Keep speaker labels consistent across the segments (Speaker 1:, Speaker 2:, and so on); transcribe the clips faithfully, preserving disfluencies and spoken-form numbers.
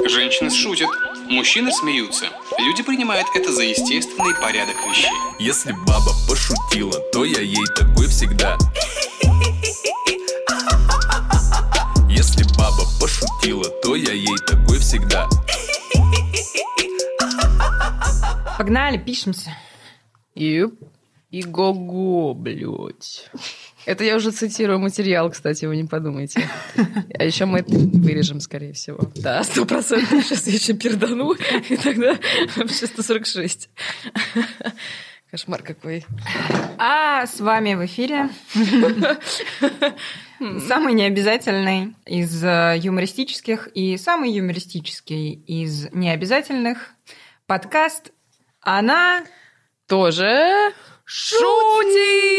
Speaker 1: Женщины шутят, мужчины смеются. Люди принимают это за естественный порядок вещей.
Speaker 2: Если баба пошутила, то я ей такой всегда. Если баба пошутила, то я ей такой всегда.
Speaker 3: Погнали, пишемся.
Speaker 4: Юп. И го-го, блядь. Это я уже цитирую материал, кстати, вы не подумайте. А еще мы это вырежем, скорее всего. Да, сто процентов. Сейчас я еще пердану, и тогда вообще сто сорок шесть. Кошмар какой.
Speaker 3: А с вами в эфире самый необязательный из юмористических и самый юмористический из необязательных подкаст «Она
Speaker 4: тоже шутит!»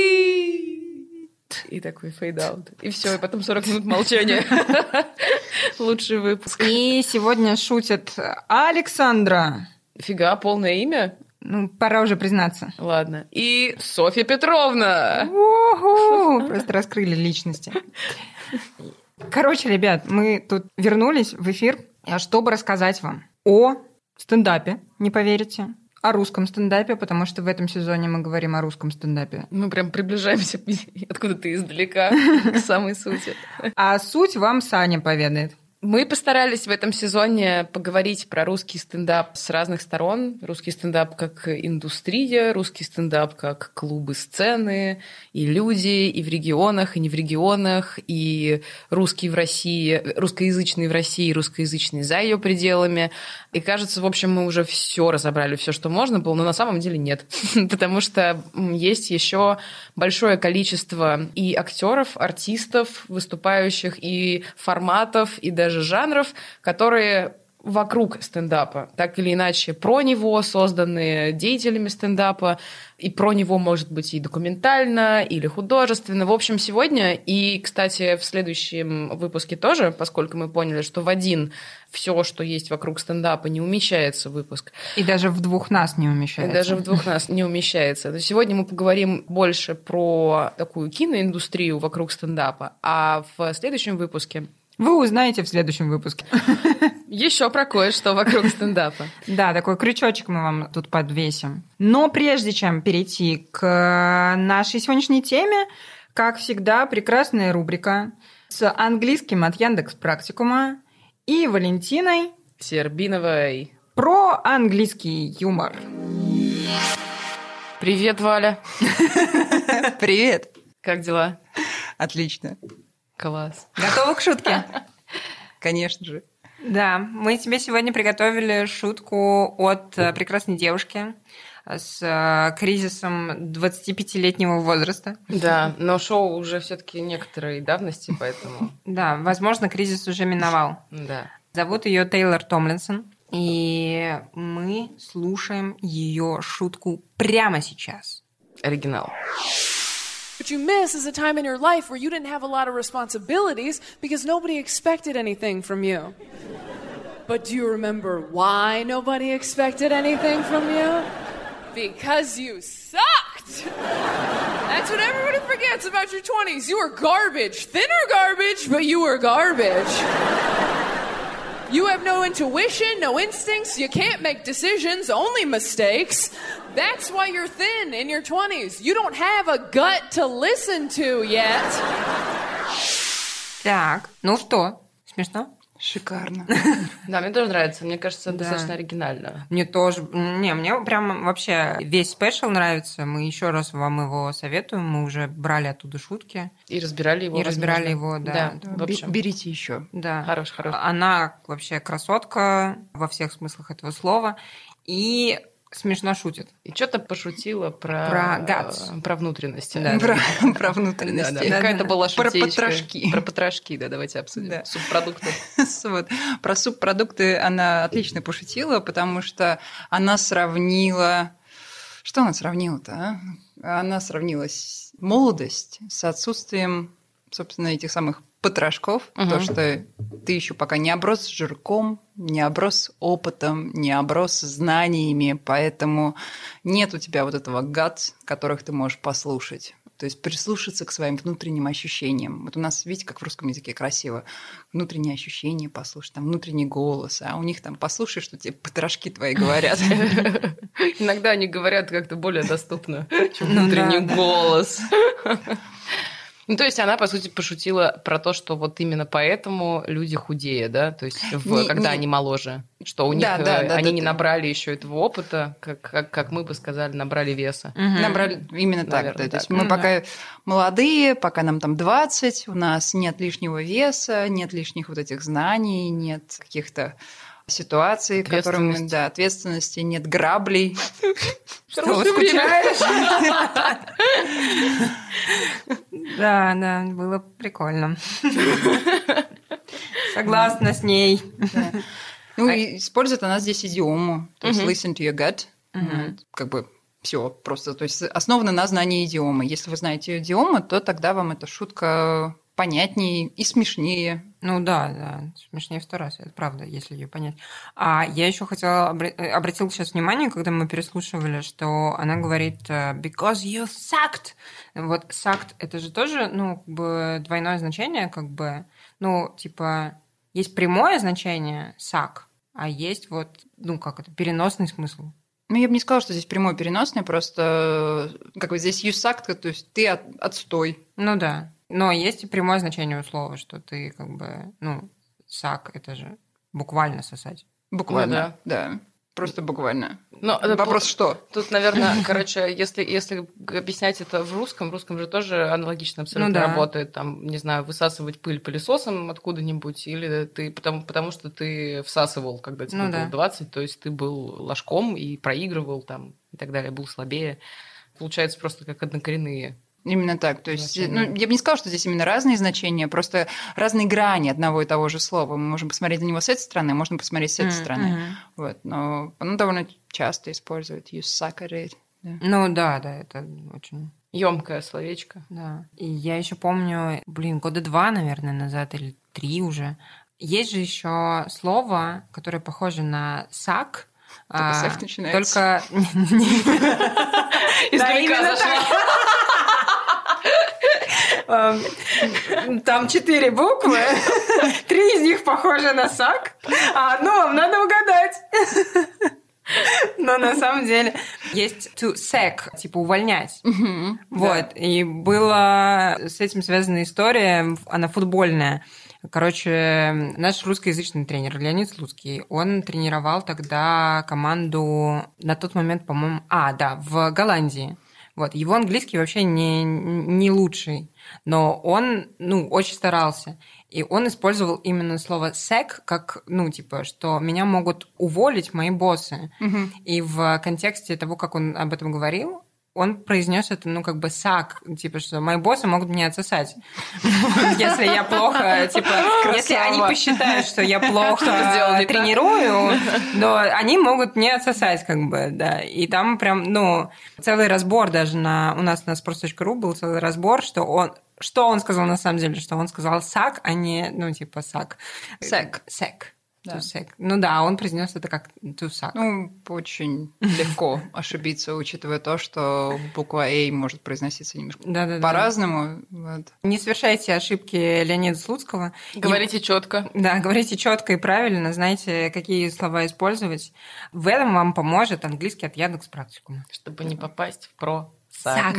Speaker 4: И такой фейдаут. И все, и потом сорок минут молчания. Лучший выпуск.
Speaker 3: И сегодня шутит Александра.
Speaker 4: Фига, полное имя?
Speaker 3: Ну, пора уже признаться.
Speaker 4: Ладно. И Софья Петровна.
Speaker 3: У-ху! Просто раскрыли личности. Короче, ребят, мы тут вернулись в эфир, чтобы рассказать вам о стендапе, не поверите, о русском стендапе, потому что в этом сезоне мы говорим о русском стендапе.
Speaker 4: Мы прям приближаемся откуда-то издалека к самой сути.
Speaker 3: А суть вам Саня поведает.
Speaker 4: Мы постарались в этом сезоне поговорить про русский стендап с разных сторон. Русский стендап как индустрия, русский стендап как клубы, сцены, и люди, и в регионах, и не в регионах, и русский в России, русскоязычный в России, русскоязычный за ее пределами. И кажется, в общем, мы уже все разобрали, все, что можно было, но на самом деле нет. Потому что есть еще большое количество и актеров, артистов, выступающих, и форматов, и даже жанров, которые вокруг стендапа, так или иначе про него созданы деятелями стендапа, и про него может быть и документально, или художественно. В общем, сегодня, и, кстати, в следующем выпуске тоже, поскольку мы поняли, что в один все, что есть вокруг стендапа, не умещается в выпуск.
Speaker 3: И даже в двух нас не умещается.
Speaker 4: И даже в двух нас не умещается. То сегодня мы поговорим больше про такую киноиндустрию вокруг стендапа, а в следующем выпуске
Speaker 3: вы узнаете в следующем выпуске.
Speaker 4: Еще про кое-что вокруг стендапа.
Speaker 3: Да, такой крючочек мы вам тут подвесим. Но прежде чем перейти к нашей сегодняшней теме, как всегда, прекрасная рубрика с английским от Яндекс.Практикума и Валентиной
Speaker 4: Сербиновой
Speaker 3: про английский юмор.
Speaker 4: Привет, Валя.
Speaker 3: Привет.
Speaker 4: Как дела?
Speaker 5: Отлично.
Speaker 4: Класс.
Speaker 3: Готова к шутке?
Speaker 5: Конечно же.
Speaker 3: Да, мы тебе сегодня приготовили шутку от прекрасной девушки с кризисом двадцатипятилетнего возраста.
Speaker 4: Да, но шоу уже все-таки некоторой давности, поэтому...
Speaker 3: Да, возможно, кризис уже миновал.
Speaker 4: Да.
Speaker 3: Зовут ее Тейлор Томлинсон, и мы слушаем ее шутку прямо сейчас.
Speaker 4: Оригинал.
Speaker 6: What you miss is a time in your life where you didn't have a lot of responsibilities because nobody expected anything from you. But do you remember why nobody expected anything from you? Because you sucked! That's what everybody forgets about your twenties. You were garbage. Thinner garbage, but you were garbage. You have no intuition, no instincts, you can't make decisions, only mistakes. That's why you're thin in your twenties. You don't have a gut to listen to yet.
Speaker 3: Так, ну что, смешно?
Speaker 5: Шикарно.
Speaker 4: Да, мне тоже нравится. Мне кажется, это
Speaker 3: Да.
Speaker 4: достаточно оригинально.
Speaker 3: Мне тоже. Не, мне прям вообще весь спешл нравится. Мы еще раз вам его советуем. Мы уже брали оттуда шутки.
Speaker 4: И разбирали его.
Speaker 3: И разбирали
Speaker 4: возможно.
Speaker 3: его, да.
Speaker 4: Да, в общем.
Speaker 5: Берите еще.
Speaker 3: Да.
Speaker 4: Хорош, хорош.
Speaker 3: Она вообще красотка во всех смыслах этого слова. И смешно шутит.
Speaker 4: И что-то пошутила про...
Speaker 3: Про гатс.
Speaker 4: э, Про внутренности.
Speaker 3: Да,
Speaker 5: Про, про
Speaker 4: Да,
Speaker 5: внутренности.
Speaker 4: да.
Speaker 3: Да,
Speaker 4: Какая-то
Speaker 3: да.
Speaker 4: была
Speaker 5: Про
Speaker 4: шутеечка.
Speaker 5: потрошки.
Speaker 4: Про потрошки, да, давайте обсудим.
Speaker 5: Да.
Speaker 4: Субпродукты.
Speaker 5: Вот. Про субпродукты она отлично пошутила, потому что она сравнила... Что она сравнила-то? А? Она сравнила с- молодость с отсутствием, собственно, этих самых потрошков.
Speaker 4: Мгм.
Speaker 5: То, что ты еще пока не оброс жирком, не оброс опытом, не оброс знаниями, поэтому нет у тебя вот этого гат, которых ты можешь послушать. То есть прислушаться к своим внутренним ощущениям. Вот у нас, видите, как в русском языке красиво. Внутренние ощущения послушать, там внутренний голос. А у них там послушай, что тебе потрошки твои говорят.
Speaker 4: Иногда они говорят как-то более доступно, чем внутренний голос. Ну, то есть она, по сути, пошутила про то, что вот именно поэтому люди худее, да? То есть в,
Speaker 5: не,
Speaker 4: когда
Speaker 5: не...
Speaker 4: они моложе. Что у них
Speaker 5: да, да, да,
Speaker 4: они
Speaker 5: да,
Speaker 4: не
Speaker 5: да.
Speaker 4: набрали еще этого опыта, как, как, как мы бы сказали, набрали веса.
Speaker 5: Угу. Набрали именно
Speaker 4: Наверное,
Speaker 5: так. Да.
Speaker 4: так.
Speaker 5: То есть мы
Speaker 3: Ну,
Speaker 5: пока
Speaker 3: да.
Speaker 5: молодые, пока нам там двадцать, у нас нет лишнего веса, нет лишних вот этих знаний, нет каких-то ситуаций, которые мы... Да, ответственности, нет граблей.
Speaker 3: Что, скучаешь? Да, да, было прикольно. Согласна с ней.
Speaker 5: Ну, и использует она здесь идиому. То есть listen to your gut. Как бы все просто. То есть основано на знании идиомы. Если вы знаете идиому, то тогда вам эта шутка понятнее и смешнее.
Speaker 3: Ну да, да, смешнее в сто раз, это правда, если ее понять. А я еще хотела, обратила сейчас внимание, когда мы переслушивали, что она говорит «because you sucked». Вот «sucked» — это же тоже, ну, как бы двойное значение, как бы, ну, типа, есть прямое значение «suck», а есть вот, ну, как это, переносный смысл.
Speaker 5: Ну, я бы не сказала, что здесь прямой переносный, просто как бы здесь you sucked, то есть ты от, отстой.
Speaker 3: Ну да. Но есть и прямое значение у слова, что ты как бы, ну, сак, это же буквально сосать.
Speaker 5: Буквально, ну, да. да. Просто буквально.
Speaker 4: Но
Speaker 5: вопрос
Speaker 4: тут,
Speaker 5: что?
Speaker 4: Тут, наверное, короче, если, если объяснять это в русском, в русском же тоже аналогично абсолютно ну, да. работает. Там, не знаю, высасывать пыль пылесосом откуда-нибудь, или ты, потому, потому что ты всасывал, когда тебе ну, было да. двадцать, то есть ты был ложком и проигрывал там и так далее, был слабее. Получается просто как однокоренные.
Speaker 5: Именно так. То есть, ну, я бы не сказала, что здесь именно разные значения, просто разные грани одного и того же слова. Мы можем посмотреть на него с этой стороны, можно посмотреть с этой mm-hmm. стороны. Вот. Но оно довольно часто использует. You suck at it. Yeah.
Speaker 3: Ну да, да, это очень...
Speaker 4: Ёмкое словечко.
Speaker 3: Да. И я еще помню, блин, года два, наверное, назад или три уже. Есть же еще слово, которое похоже на suck.
Speaker 5: Только с F начинается.
Speaker 3: Только...
Speaker 4: Да, именно так.
Speaker 3: Там четыре буквы, три из них похожи на сак, а одну вам надо угадать. Но на самом деле есть to sack, типа увольнять.
Speaker 5: Mm-hmm,
Speaker 3: вот.
Speaker 5: Да.
Speaker 3: И была с этим связана история, она футбольная. Короче, наш русскоязычный тренер Леонид Слуцкий, он тренировал тогда команду на тот момент, по-моему, а, да, в Голландии. Вот. Его английский вообще не, не лучший, но он, ну, очень старался. И он использовал именно слово sack как, ну, типа, что меня могут уволить мои боссы.
Speaker 5: Mm-hmm.
Speaker 3: И в контексте того, как он об этом говорил, он произнес это, ну, как бы сак, типа, что мои боссы могут меня отсосать. Если я плохо, типа, если они посчитают, что я плохо тренирую, но они могут мне отсосать, как бы, да. И там прям, ну, целый разбор даже на... У нас на sports точка ru был целый разбор, что он... Что он сказал на самом деле? Что он сказал сак, а не, ну, типа, сак.
Speaker 5: Sack.
Speaker 3: Sack.
Speaker 5: Да.
Speaker 3: Ну да, он произнес это как to suck.
Speaker 5: Ну, очень легко ошибиться, учитывая то, что буква «а» может произноситься немножко
Speaker 3: да, да,
Speaker 5: по-разному. Да. Вот.
Speaker 3: Не совершайте ошибки Леонида Слуцкого.
Speaker 4: Говорите четко.
Speaker 3: Да, говорите четко и правильно, знаете, какие слова использовать. В этом вам поможет английский от Яндекс.Практикума.
Speaker 4: Чтобы не попасть в про сак.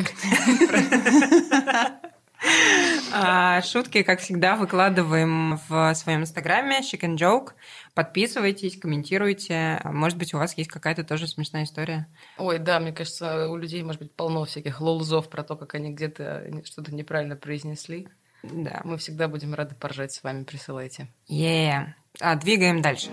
Speaker 3: А шутки, как всегда, выкладываем в своем инстаграме Chick and Joke. Подписывайтесь, комментируйте. Может быть, у вас есть какая-то тоже смешная история.
Speaker 4: Ой, да, мне кажется, у людей может быть полно всяких лолзов про то, как они где-то что-то неправильно произнесли.
Speaker 3: Да.
Speaker 4: Мы всегда будем рады поржать с вами, присылайте.
Speaker 3: Yeah. А, двигаем дальше.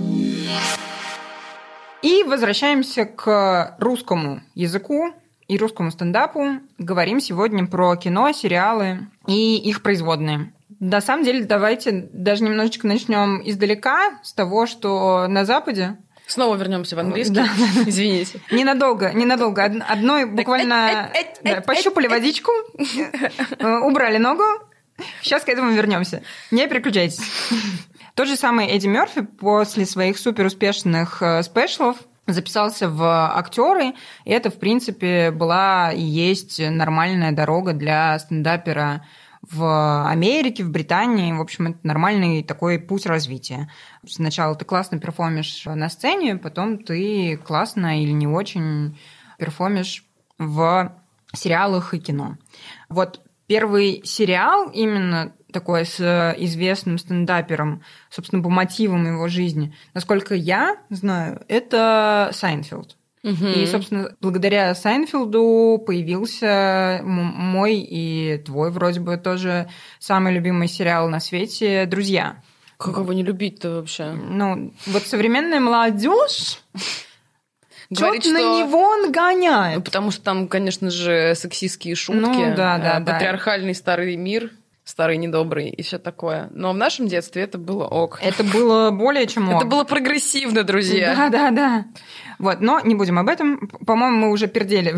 Speaker 3: И возвращаемся к русскому языку и русскому стендапу. Говорим сегодня про кино, сериалы и их производные. На самом деле, давайте даже немножечко начнем издалека, с того, что на Западе...
Speaker 4: Снова вернемся в английский.
Speaker 3: Да.
Speaker 4: Извините.
Speaker 3: Ненадолго, ненадолго. Одной буквально пощупали водичку, убрали ногу. Сейчас к этому вернемся. Не переключайтесь. Тот же самый Эдди Мерфи после своих суперуспешных спешлов записался в актеры, и это, в принципе, была и есть нормальная дорога для стендапера в Америке, в Британии. В общем, это нормальный такой путь развития. Сначала ты классно перформишь на сцене, потом ты классно или не очень перформишь в сериалах и кино. Вот первый сериал именно такой с известным стендапером, собственно, по мотивам его жизни, насколько я знаю, это «Сайнфелд». Угу. И, собственно, благодаря «Сайнфелду» появился мой и твой вроде бы тоже самый любимый сериал на свете «Друзья».
Speaker 4: Как его не любить-то вообще?
Speaker 3: Ну, вот современная молодежь
Speaker 4: говорит,
Speaker 3: что-то
Speaker 4: что...
Speaker 3: на него он гоняет.
Speaker 4: Ну, потому что там, конечно же, сексистские шутки,
Speaker 3: ну, да, да,
Speaker 4: патриархальный
Speaker 3: да.
Speaker 4: старый мир, старый недобрый и все такое. Но в нашем детстве это было ок.
Speaker 3: Это было более чем ок.
Speaker 4: Это было прогрессивно, друзья.
Speaker 3: Да, да, да. Вот, но не будем об этом. По-моему, мы уже пердели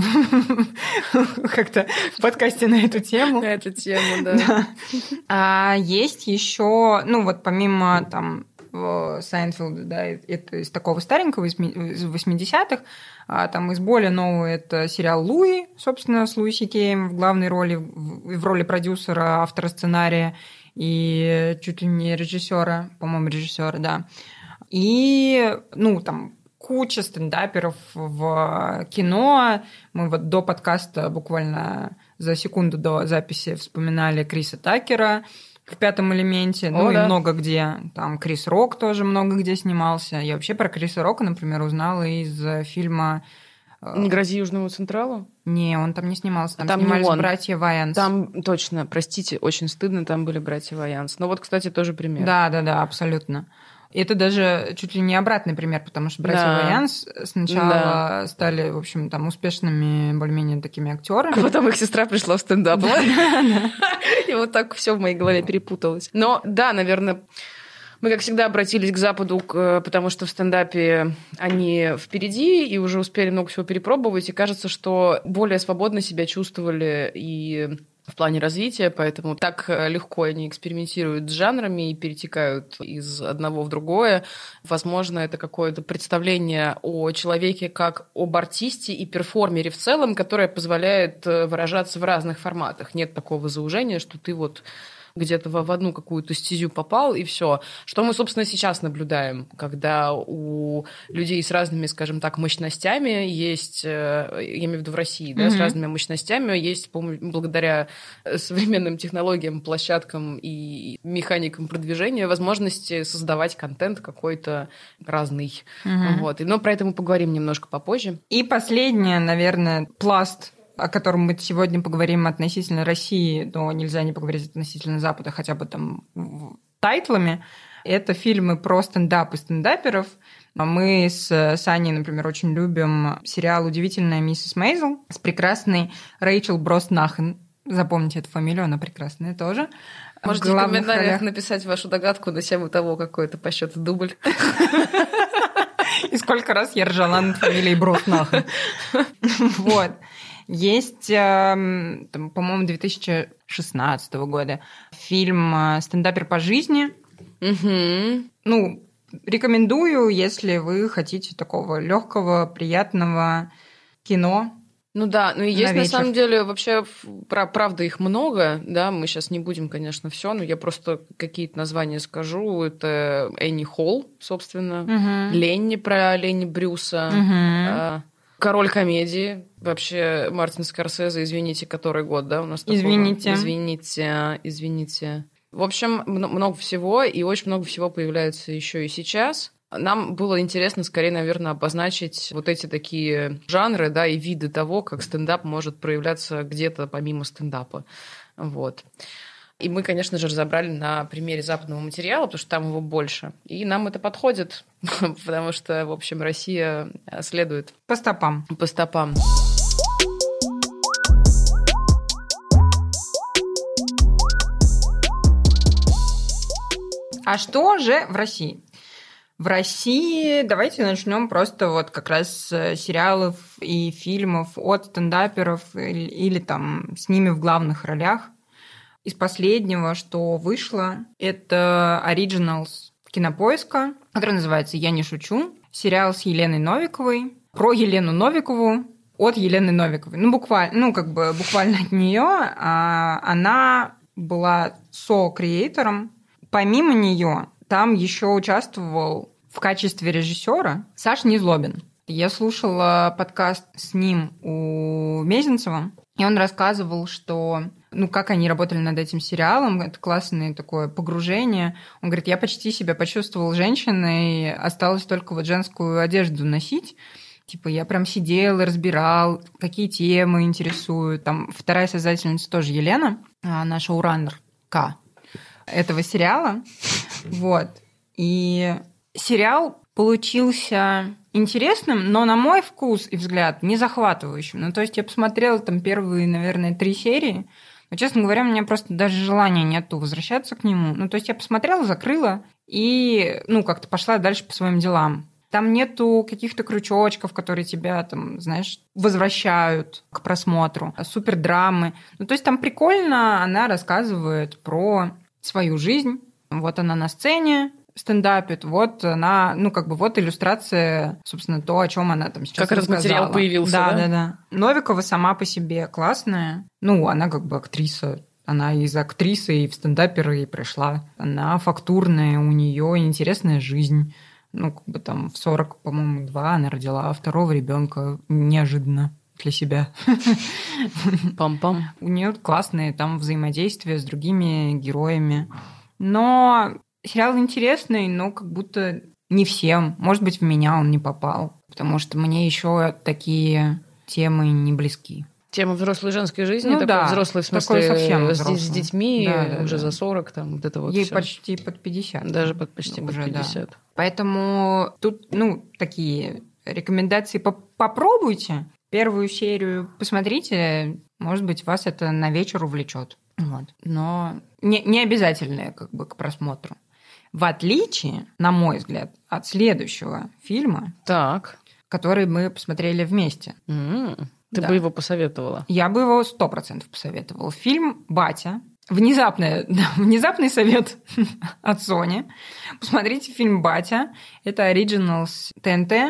Speaker 3: как-то в подкасте на эту тему.
Speaker 4: На эту тему, да.
Speaker 3: А есть еще, ну вот помимо там Сайнфилда, да, это из такого старенького, из восьмидесятых, а там из более нового это сериал «Луи», собственно, с Луи Си Кеем в главной роли, в роли продюсера, автора сценария и чуть ли не режиссера, по-моему, режиссера, да. И, ну, там куча стендаперов в кино. Мы вот до подкаста буквально за секунду до записи вспоминали Криса Такера в «Пятом элементе», ну
Speaker 4: О,
Speaker 3: и
Speaker 4: да.
Speaker 3: много где. Там Крис Рок тоже много где снимался. Я вообще про Криса Рока, например, узнала из фильма...
Speaker 4: «Не грози Южному Централу»?
Speaker 3: Не, он там не снимался. Там,
Speaker 4: там
Speaker 3: снимались
Speaker 4: не он.
Speaker 3: братья Ваянс.
Speaker 4: Там, точно, простите, очень стыдно, там были братья Ваянс. Но вот, кстати, тоже пример.
Speaker 3: Да, да, да, абсолютно. И это даже чуть ли не обратный пример, потому что братья
Speaker 4: Да.
Speaker 3: Ваянс сначала
Speaker 4: Да.
Speaker 3: стали, в общем, там успешными более-менее такими актерами.
Speaker 4: А потом их сестра пришла в стендап. И вот так все в моей голове перепуталось. Но да, наверное, мы, как всегда, обратились к Западу, потому что в стендапе они впереди и уже успели много всего перепробовать. И кажется, что более свободно себя чувствовали и в плане развития, поэтому так легко они экспериментируют с жанрами и перетекают из одного в другое. Возможно, это какое-то представление о человеке как об артисте и перформере в целом, которое позволяет выражаться в разных форматах. Нет такого заужения, что ты вот где-то в одну какую-то стезю попал, и все. Что мы, собственно, сейчас наблюдаем, когда у людей с разными, скажем так, мощностями есть, я имею в виду в России, да, mm-hmm. с разными мощностями есть, благодаря современным технологиям, площадкам и механикам продвижения, возможности создавать контент какой-то разный. Mm-hmm. Вот. Но про это мы поговорим немножко попозже.
Speaker 3: И последнее, наверное, пласт, о котором мы сегодня поговорим относительно России, но нельзя не поговорить относительно Запада, хотя бы там тайтлами, это фильмы про стендап и стендаперов. Мы с Саней, например, очень любим сериал «Удивительная миссис Мейзел» с прекрасной Рэйчел Броснахен. Запомните эту фамилию, она прекрасная тоже.
Speaker 4: Можете в, в комментариях ролях. Написать вашу догадку на тему того, какой это по счету дубль.
Speaker 3: И сколько раз я ржала над фамилией Броснахен. Вот. Есть, там, по-моему, две тысячи шестнадцатого года фильм «Стендапер по жизни».
Speaker 4: Угу.
Speaker 3: Ну, рекомендую, если вы хотите такого легкого, приятного кино.
Speaker 4: Ну да, ну и есть на,
Speaker 3: на
Speaker 4: самом деле вообще, правда, их много, да, мы сейчас не будем, конечно, все, но я просто какие-то названия скажу. Это Энни Холл, собственно,
Speaker 3: угу.
Speaker 4: Ленни про Ленни Брюса,
Speaker 3: угу.
Speaker 4: Король комедии, вообще Мартин Скорсезе, извините, который год, да, у нас такого?
Speaker 3: Извините.
Speaker 4: Извините, извините. В общем, много всего, и очень много всего появляется еще и сейчас. Нам было интересно, скорее, наверное, обозначить вот эти такие жанры, да, и виды того, как стендап может проявляться где-то помимо стендапа. Вот. И мы, конечно же, разобрали на примере западного материала, потому что там его больше. И нам это подходит, потому что, в общем, Россия следует
Speaker 3: по стопам.
Speaker 4: По стопам.
Speaker 3: А что же в России? В России давайте начнем просто вот как раз с сериалов и фильмов от стендаперов или, или там с ними в главных ролях. Из последнего, что вышло, это Originals Кинопоиска, который называется «Я не шучу». сериал с Еленой Новиковой, про Елену Новикову, от Елены Новиковой. Ну, буквально, ну, как бы буквально от нее. А, она была со-креатором. Помимо нее там еще участвовал в качестве режиссера Саша Незлобин. Я слушала подкаст с ним у Мезенцева, и он рассказывал, что, ну, как они работали над этим сериалом, это классное такое погружение. Он говорит, я почти себя почувствовал женщиной, осталось только вот женскую одежду носить. Типа я прям сидел и разбирал, какие темы интересуют. Там вторая создательница тоже Елена, она шоураннерка этого сериала. Вот. И сериал получился интересным, но на мой вкус и взгляд не захватывающим. Ну, то есть я посмотрела там первые, наверное, три серии, но, честно говоря, у меня просто даже желания нету возвращаться к нему. Ну, то есть я посмотрела, закрыла и, ну, как-то пошла дальше по своим делам. Там нету каких-то крючочков, которые тебя, там, знаешь, возвращают к просмотру, супердрамы. Ну, то есть там прикольно она рассказывает про свою жизнь. Вот она на сцене стендапит, вот она, ну, как бы вот иллюстрация, собственно, то, о чем она там сейчас
Speaker 4: как
Speaker 3: рассказала.
Speaker 4: Как этот материал появился, да?
Speaker 3: Да, да, да. Новикова сама по себе классная. Ну, она как бы актриса. Она из актрисы и в стендаперы и пришла. Она фактурная, у нее интересная жизнь. Ну, как бы там в сорок, по-моему, два она родила второго ребенка неожиданно для себя.
Speaker 4: Пам-пам.
Speaker 3: У нее классные там взаимодействия с другими героями. Но сериал интересный, но как будто не всем. Может быть, в меня он не попал, потому что мне еще такие темы не близки.
Speaker 4: Тема взрослой женской жизни,
Speaker 3: ну,
Speaker 4: такой
Speaker 3: да,
Speaker 4: взрослый, в смысле,
Speaker 3: совсем
Speaker 4: с, с детьми,
Speaker 3: да, да,
Speaker 4: уже
Speaker 3: да.
Speaker 4: за сорок, там, вот это вот
Speaker 3: Ей
Speaker 4: всё.
Speaker 3: почти под пятьдесят.
Speaker 4: Даже под, почти
Speaker 3: уже,
Speaker 4: под пятьдесят.
Speaker 3: Да. Поэтому тут, ну, такие рекомендации. Попробуйте первую серию, посмотрите, может быть, вас это на вечер увлечет. Вот. Но не, не обязательно как бы к просмотру. В отличие, на мой взгляд, от следующего фильма,
Speaker 4: так.
Speaker 3: который мы посмотрели вместе.
Speaker 4: М-м. Ты
Speaker 3: Да.
Speaker 4: бы его посоветовала?
Speaker 3: Я бы его сто процентов посоветовала. Фильм «Батя». Внезапный, да, внезапный совет от Sony. Посмотрите фильм «Батя». Это Originals Ти Эн Ти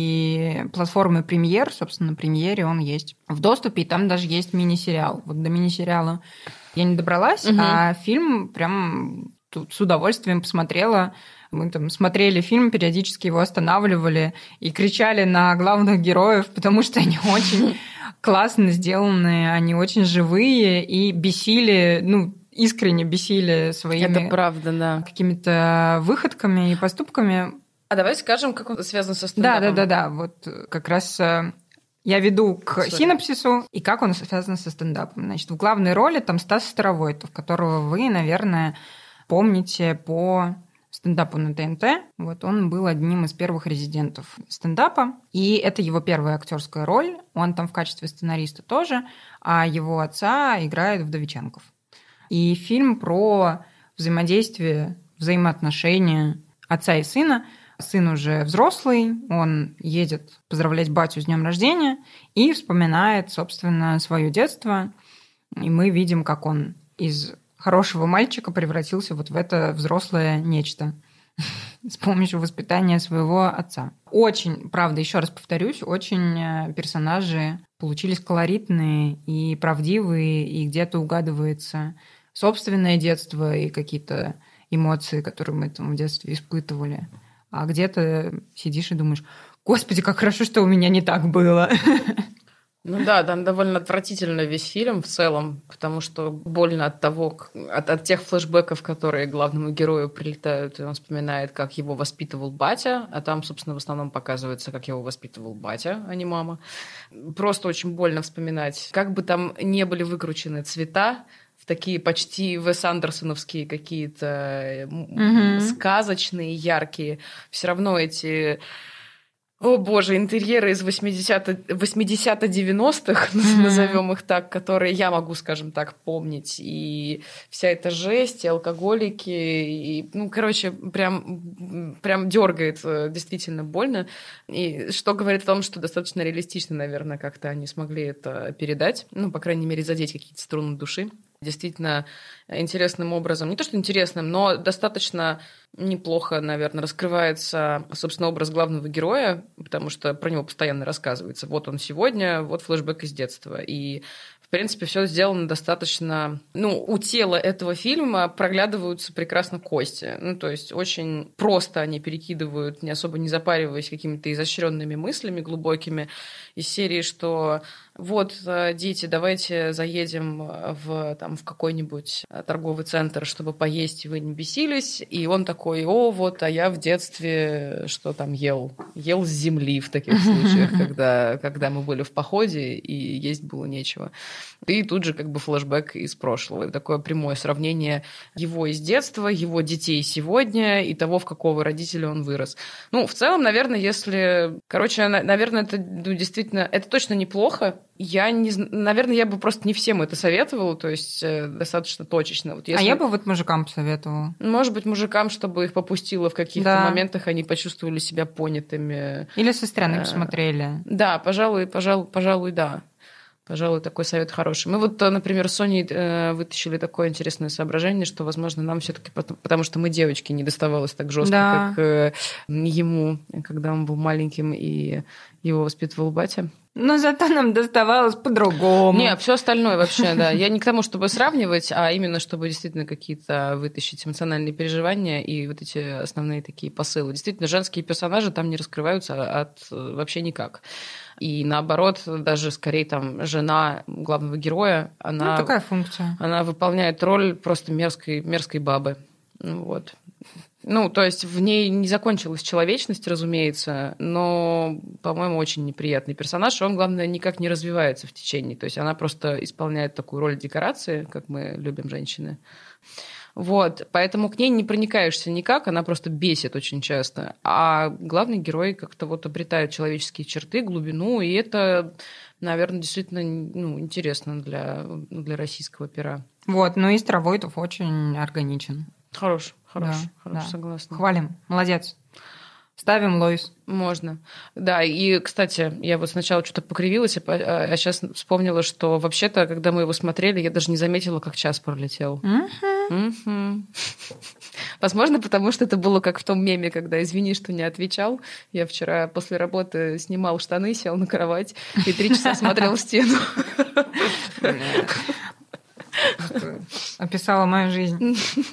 Speaker 3: и платформы Премьер. Собственно, на Премьере он есть в доступе, и там даже есть мини-сериал. Вот до мини-сериала я не добралась, угу. а фильм прям тут с удовольствием посмотрела. Мы там смотрели фильм, периодически его останавливали и кричали на главных героев, потому что они очень классно сделаны, они очень живые и бесили, ну, искренне бесили своими
Speaker 4: Это правда, да.
Speaker 3: какими-то выходками и поступками.
Speaker 4: А давай скажем, как он связан со стендапом.
Speaker 3: Да-да-да, вот как раз я веду к
Speaker 4: Sorry.
Speaker 3: синопсису и как он связан со стендапом. Значит, в главной роли там Стас Старовойтов, которого вы, наверное, помните по стендапу на Ти Эн Ти. Вот он был одним из первых резидентов стендапа, и это его первая актерская роль. Он там в качестве сценариста тоже, а его отца играет Вдовиченков. И фильм про взаимодействие, взаимоотношения отца и сына. Сын уже взрослый, он едет поздравлять батю с днем рождения и вспоминает, собственно, свое детство. И мы видим, как он из хорошего мальчика превратился вот в это взрослое нечто с помощью воспитания своего отца. Очень, правда, еще раз повторюсь, очень персонажи получились колоритные и правдивые, и где-то угадывается собственное детство и какие-то эмоции, которые мы там в детстве испытывали. А где-то сидишь и думаешь, господи, как хорошо, что у меня не так было.
Speaker 4: Ну да, там довольно отвратительно весь фильм в целом, потому что больно от того, от, от тех флешбеков, которые главному герою прилетают, и он вспоминает, как его воспитывал батя, а там, собственно, в основном показывается, как его воспитывал батя, а не мама. Просто очень больно вспоминать. Как бы там не были выкручены цвета, в такие почти Уэс Андерсоновские какие-то mm-hmm. сказочные, яркие, все равно эти... О боже, интерьеры из восьмидесятых-девяностых, mm-hmm. назовем их так, которые я могу, скажем так, помнить. И вся эта жесть, и алкоголики, и, ну, короче, прям, прям дергает, действительно больно. И что говорит о том, что достаточно реалистично, наверное, как-то они смогли это передать. Ну, по крайней мере, задеть какие-то струны души. действительно интересным образом. Не то, что интересным, но достаточно неплохо, наверное, раскрывается, собственно, образ главного героя, потому что про него постоянно рассказывается. Вот он сегодня, вот флешбэк из детства. И в принципе, все сделано достаточно... Ну, у тела этого фильма проглядываются прекрасно кости. Ну, то есть очень просто они перекидывают, не особо не запариваясь какими-то изощренными мыслями глубокими из серии, что вот, дети, давайте заедем в, там, в какой-нибудь торговый центр, чтобы поесть, и вы не бесились. И он такой: о, вот, а я в детстве что там ел? Ел с земли в таких случаях, когда, когда мы были в походе, и есть было нечего. И тут же как бы флешбэк из прошлого. И такое прямое сравнение его из детства, его детей сегодня и того, в какого родителя он вырос. Ну, в целом, наверное, если... Короче, наверное, это ну, действительно... Это точно неплохо. Я не... Наверное, я бы просто не всем это советовала, то есть достаточно точечно. Вот если...
Speaker 3: А я бы вот мужикам посоветовала.
Speaker 4: Может быть, мужикам, чтобы их попустило в каких-то
Speaker 3: да.
Speaker 4: моментах, они почувствовали себя понятыми.
Speaker 3: Или со стороны посмотрели.
Speaker 4: Да, пожалуй, пожалуй, пожалуй, да. Пожалуй, такой совет хороший. Мы вот, например, с Соней вытащили такое интересное соображение, что, возможно, нам все-таки, потому что мы девочки, не доставалось так жестко, да. как ему, когда он был маленьким и его воспитывал батя.
Speaker 3: Но зато нам доставалось по-другому.
Speaker 4: Не, все остальное вообще, да. Я не к тому, чтобы сравнивать, а именно, чтобы действительно какие-то вытащить эмоциональные переживания и вот эти основные такие посылы. Действительно, женские персонажи там не раскрываются от вообще никак. И наоборот, даже скорее там жена главного героя, она...
Speaker 3: Ну, такая функция.
Speaker 4: Она выполняет роль просто мерзкой, мерзкой бабы. Вот. Ну, то есть в ней не закончилась человечность, разумеется, но, по-моему, очень неприятный персонаж, и он, главное, никак не развивается в течение. То есть она просто исполняет такую роль декорации, как мы любим женщины. Вот, поэтому к ней не проникаешься никак, она просто бесит очень часто. А главный герой как-то вот обретает человеческие черты, глубину, и это, наверное, действительно ну, интересно для, для российского пера.
Speaker 3: Вот, ну и Старовойтов очень органичен.
Speaker 4: Хорош, хорош,
Speaker 3: да,
Speaker 4: хорош,
Speaker 3: да.
Speaker 4: согласна.
Speaker 3: Хвалим, молодец. Ставим Лоис.
Speaker 4: Можно. Да, и, кстати, я вот сначала что-то покривилась, а сейчас вспомнила, что вообще-то, когда мы его смотрели, я даже не заметила, как час пролетел.
Speaker 3: Uh-huh.
Speaker 4: Uh-huh. Возможно, потому что это было как в том меме, когда «извини, что не отвечал». Я вчера после работы снимал штаны, сел на кровать и три часа смотрел в стену.
Speaker 3: Описала мою жизнь.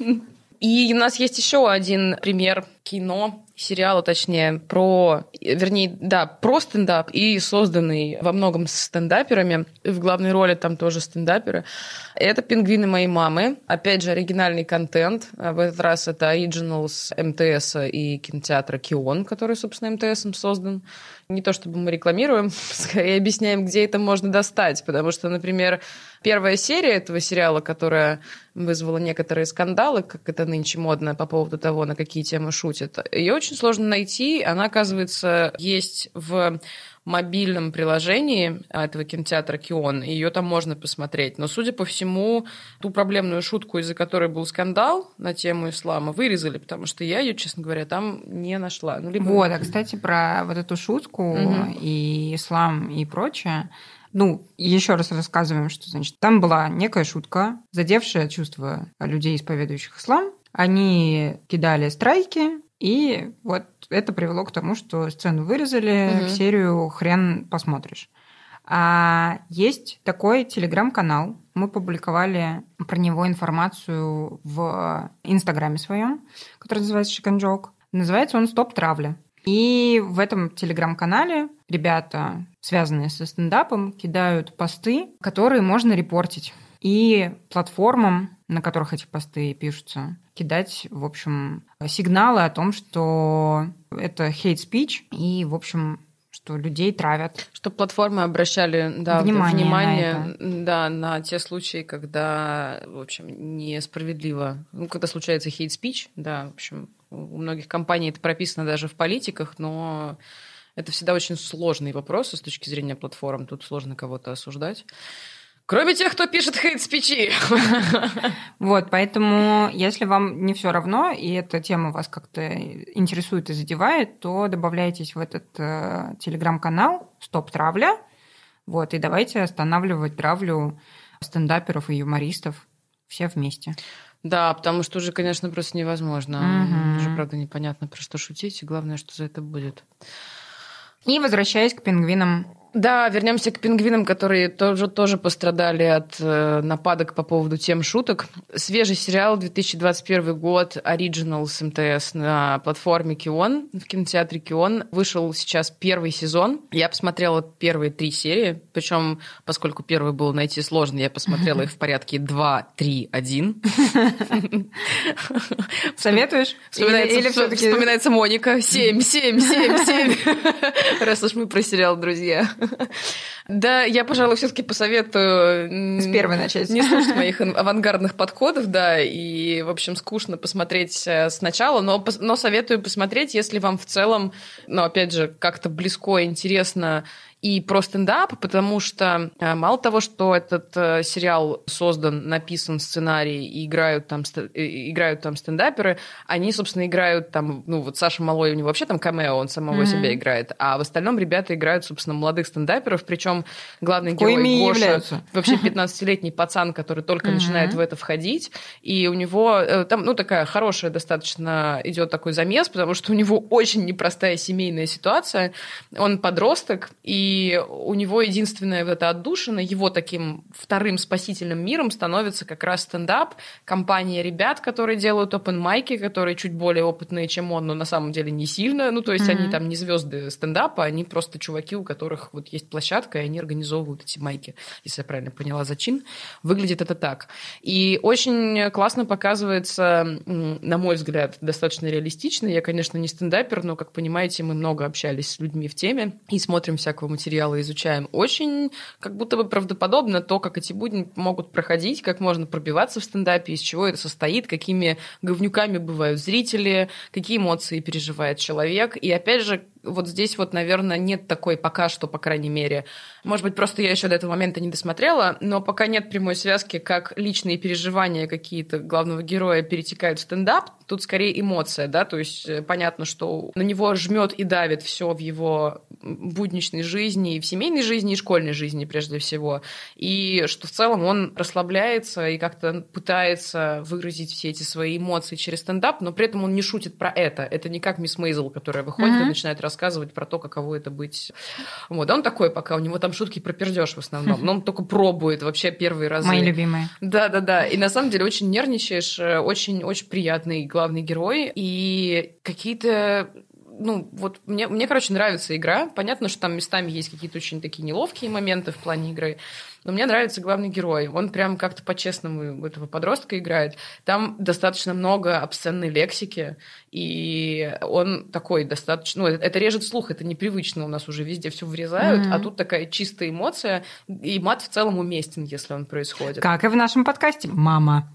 Speaker 4: И у нас есть еще один пример кино, сериала, точнее, про, вернее, да, про стендап и созданный во многом стендаперами. В главной роли там тоже стендаперы. Это «Пингвины моей мамы». Опять же, оригинальный контент. В этот раз это оригиналс эм тэ эс и кинотеатра «Кион», который, собственно, эм тэ эсом создан. Не то чтобы мы рекламируем, скорее объясняем, где это можно достать. Потому что, например, первая серия этого сериала, которая вызвала некоторые скандалы, как это нынче модно, по поводу того, на какие темы шутят, ее очень сложно найти. Она, оказывается, есть в мобильном приложении этого кинотеатра «Кион». Ее там можно посмотреть. Но, судя по всему, ту проблемную шутку, из-за которой был скандал на тему ислама, вырезали, потому что я ее, честно говоря, там не нашла. Ну, либо...
Speaker 3: Вот, а, кстати, про вот эту шутку угу. и ислам и прочее. Ну, еще раз рассказываем, что, значит, там была некая шутка, задевшая чувства людей, исповедующих ислам. Они кидали страйки, и вот это привело к тому, что сцену вырезали, угу. в серию «Хрен посмотришь». А есть такой телеграм-канал, мы публиковали про него информацию в Инстаграме своем, который называется Chicken Joke. Называется он «Стоп травля». И в этом телеграм-канале ребята, связанные со стендапом, кидают посты, которые можно репортить. И платформам, на которых эти посты пишутся, кидать, в общем, сигналы о том, что это hate speech, и, в общем, что людей травят.
Speaker 4: Чтобы платформы обращали да,
Speaker 3: внимание,
Speaker 4: внимание
Speaker 3: на,
Speaker 4: да, на те случаи, когда, в общем, несправедливо, ну, когда случается hate speech, да, в общем, у многих компаний это прописано даже в политиках, но это всегда очень сложные вопросы с точки зрения платформ, тут сложно кого-то осуждать. Кроме тех, кто пишет хейт-спичи.
Speaker 3: Вот, поэтому, если вам не все равно, и эта тема вас как-то интересует и задевает, то добавляйтесь в этот э, телеграм-канал «Стоп травля». Вот, и давайте останавливать травлю стендаперов и юмористов. все вместе.
Speaker 4: Да, потому что уже, конечно, просто невозможно.
Speaker 3: Мгм.
Speaker 4: Уже, правда, непонятно, про что шутить, и главное, что за это будет.
Speaker 3: И возвращаясь к пингвинам.
Speaker 4: Да, вернемся к пингвинам, которые тоже, тоже пострадали от э, нападок по поводу тем шуток. Свежий сериал, две тысячи двадцать первый год, Original с эм тэ эс на платформе Кион, в кинотеатре Кион. Вышел сейчас первый сезон. Я посмотрела первые три серии, причем, поскольку первый был найти сложно, я посмотрела их в порядке два, три, один.
Speaker 3: Советуешь?
Speaker 4: Вспоминается,
Speaker 3: Или всё-таки-
Speaker 4: вспоминается Моника. Семь, семь, семь, семь. Раз уж мы про сериал «Друзья». Да, я, пожалуй, все-таки посоветую...
Speaker 3: С первой начать.
Speaker 4: Не слушать моих авангардных подходов, да, и, в общем, скучно посмотреть сначала, но, но советую посмотреть, если вам в целом, ну, опять же, как-то близко, интересно и про стендап, потому что мало того, что этот сериал создан, написан сценарий и играют там, играют там стендаперы, они, собственно, играют там, ну вот Саша Малой, у него вообще там камео, он самого mm-hmm. себя играет, а в остальном ребята играют, собственно, молодых стендаперов, причем главный герой Гоша
Speaker 3: являются.
Speaker 4: вообще пятнадцатилетний пацан, который только mm-hmm. начинает в это входить, и у него там, ну, такая хорошая достаточно идет такой замес, потому что у него очень непростая семейная ситуация, он подросток, и И у него единственная вот эта отдушина, его таким вторым спасительным миром становится как раз стендап, компания ребят, которые делают опен-майки, которые чуть более опытные, чем он, но на самом деле не сильно. Ну, то есть mm-hmm. они там не звезды стендапа, они просто чуваки, у которых вот есть площадка, и они организовывают эти майки, если я правильно поняла зачин. Выглядит это так. И очень классно показывается, на мой взгляд, достаточно реалистично. Я, конечно, не стендапер, но, как понимаете, мы много общались с людьми в теме и смотрим всякого материалы, изучаем. Очень как будто бы правдоподобно то, как эти будни могут проходить, как можно пробиваться в стендапе, из чего это состоит, какими говнюками бывают зрители, какие эмоции переживает человек. И опять же, вот здесь вот, наверное, нет такой пока что, по крайней мере, может быть, просто я еще до этого момента не досмотрела, но пока нет прямой связки, как личные переживания какие-то главного героя перетекают в стендап, тут скорее эмоция, да, то есть понятно, что на него жмет и давит все в его будничной жизни, и в семейной жизни, и школьной жизни прежде всего, и что в целом он расслабляется и как-то пытается выразить все эти свои эмоции через стендап, но при этом он не шутит про это. Это не как мисс Мейзел, которая выходит mm-hmm. и начинает рассказывать про то, каково это быть. Вот, он такой пока, у него там шутки про пердеж в основном, но он только пробует вообще первые разы.
Speaker 3: Мои любимые.
Speaker 4: Да-да-да, и на самом деле очень нервничаешь, очень-очень приятный главный герой, и какие-то... Ну, вот мне, мне, короче, нравится игра. Понятно, что там местами есть какие-то очень такие неловкие моменты в плане игры, но мне нравится главный герой. Он прям как-то по-честному этого подростка играет. Там достаточно много обсценной лексики, и он такой достаточно... Ну, это режет слух, это непривычно. У нас уже везде все врезают, mm-hmm. а тут такая чистая эмоция, и мат в целом уместен, если он происходит.
Speaker 3: Как и в нашем подкасте «Мама».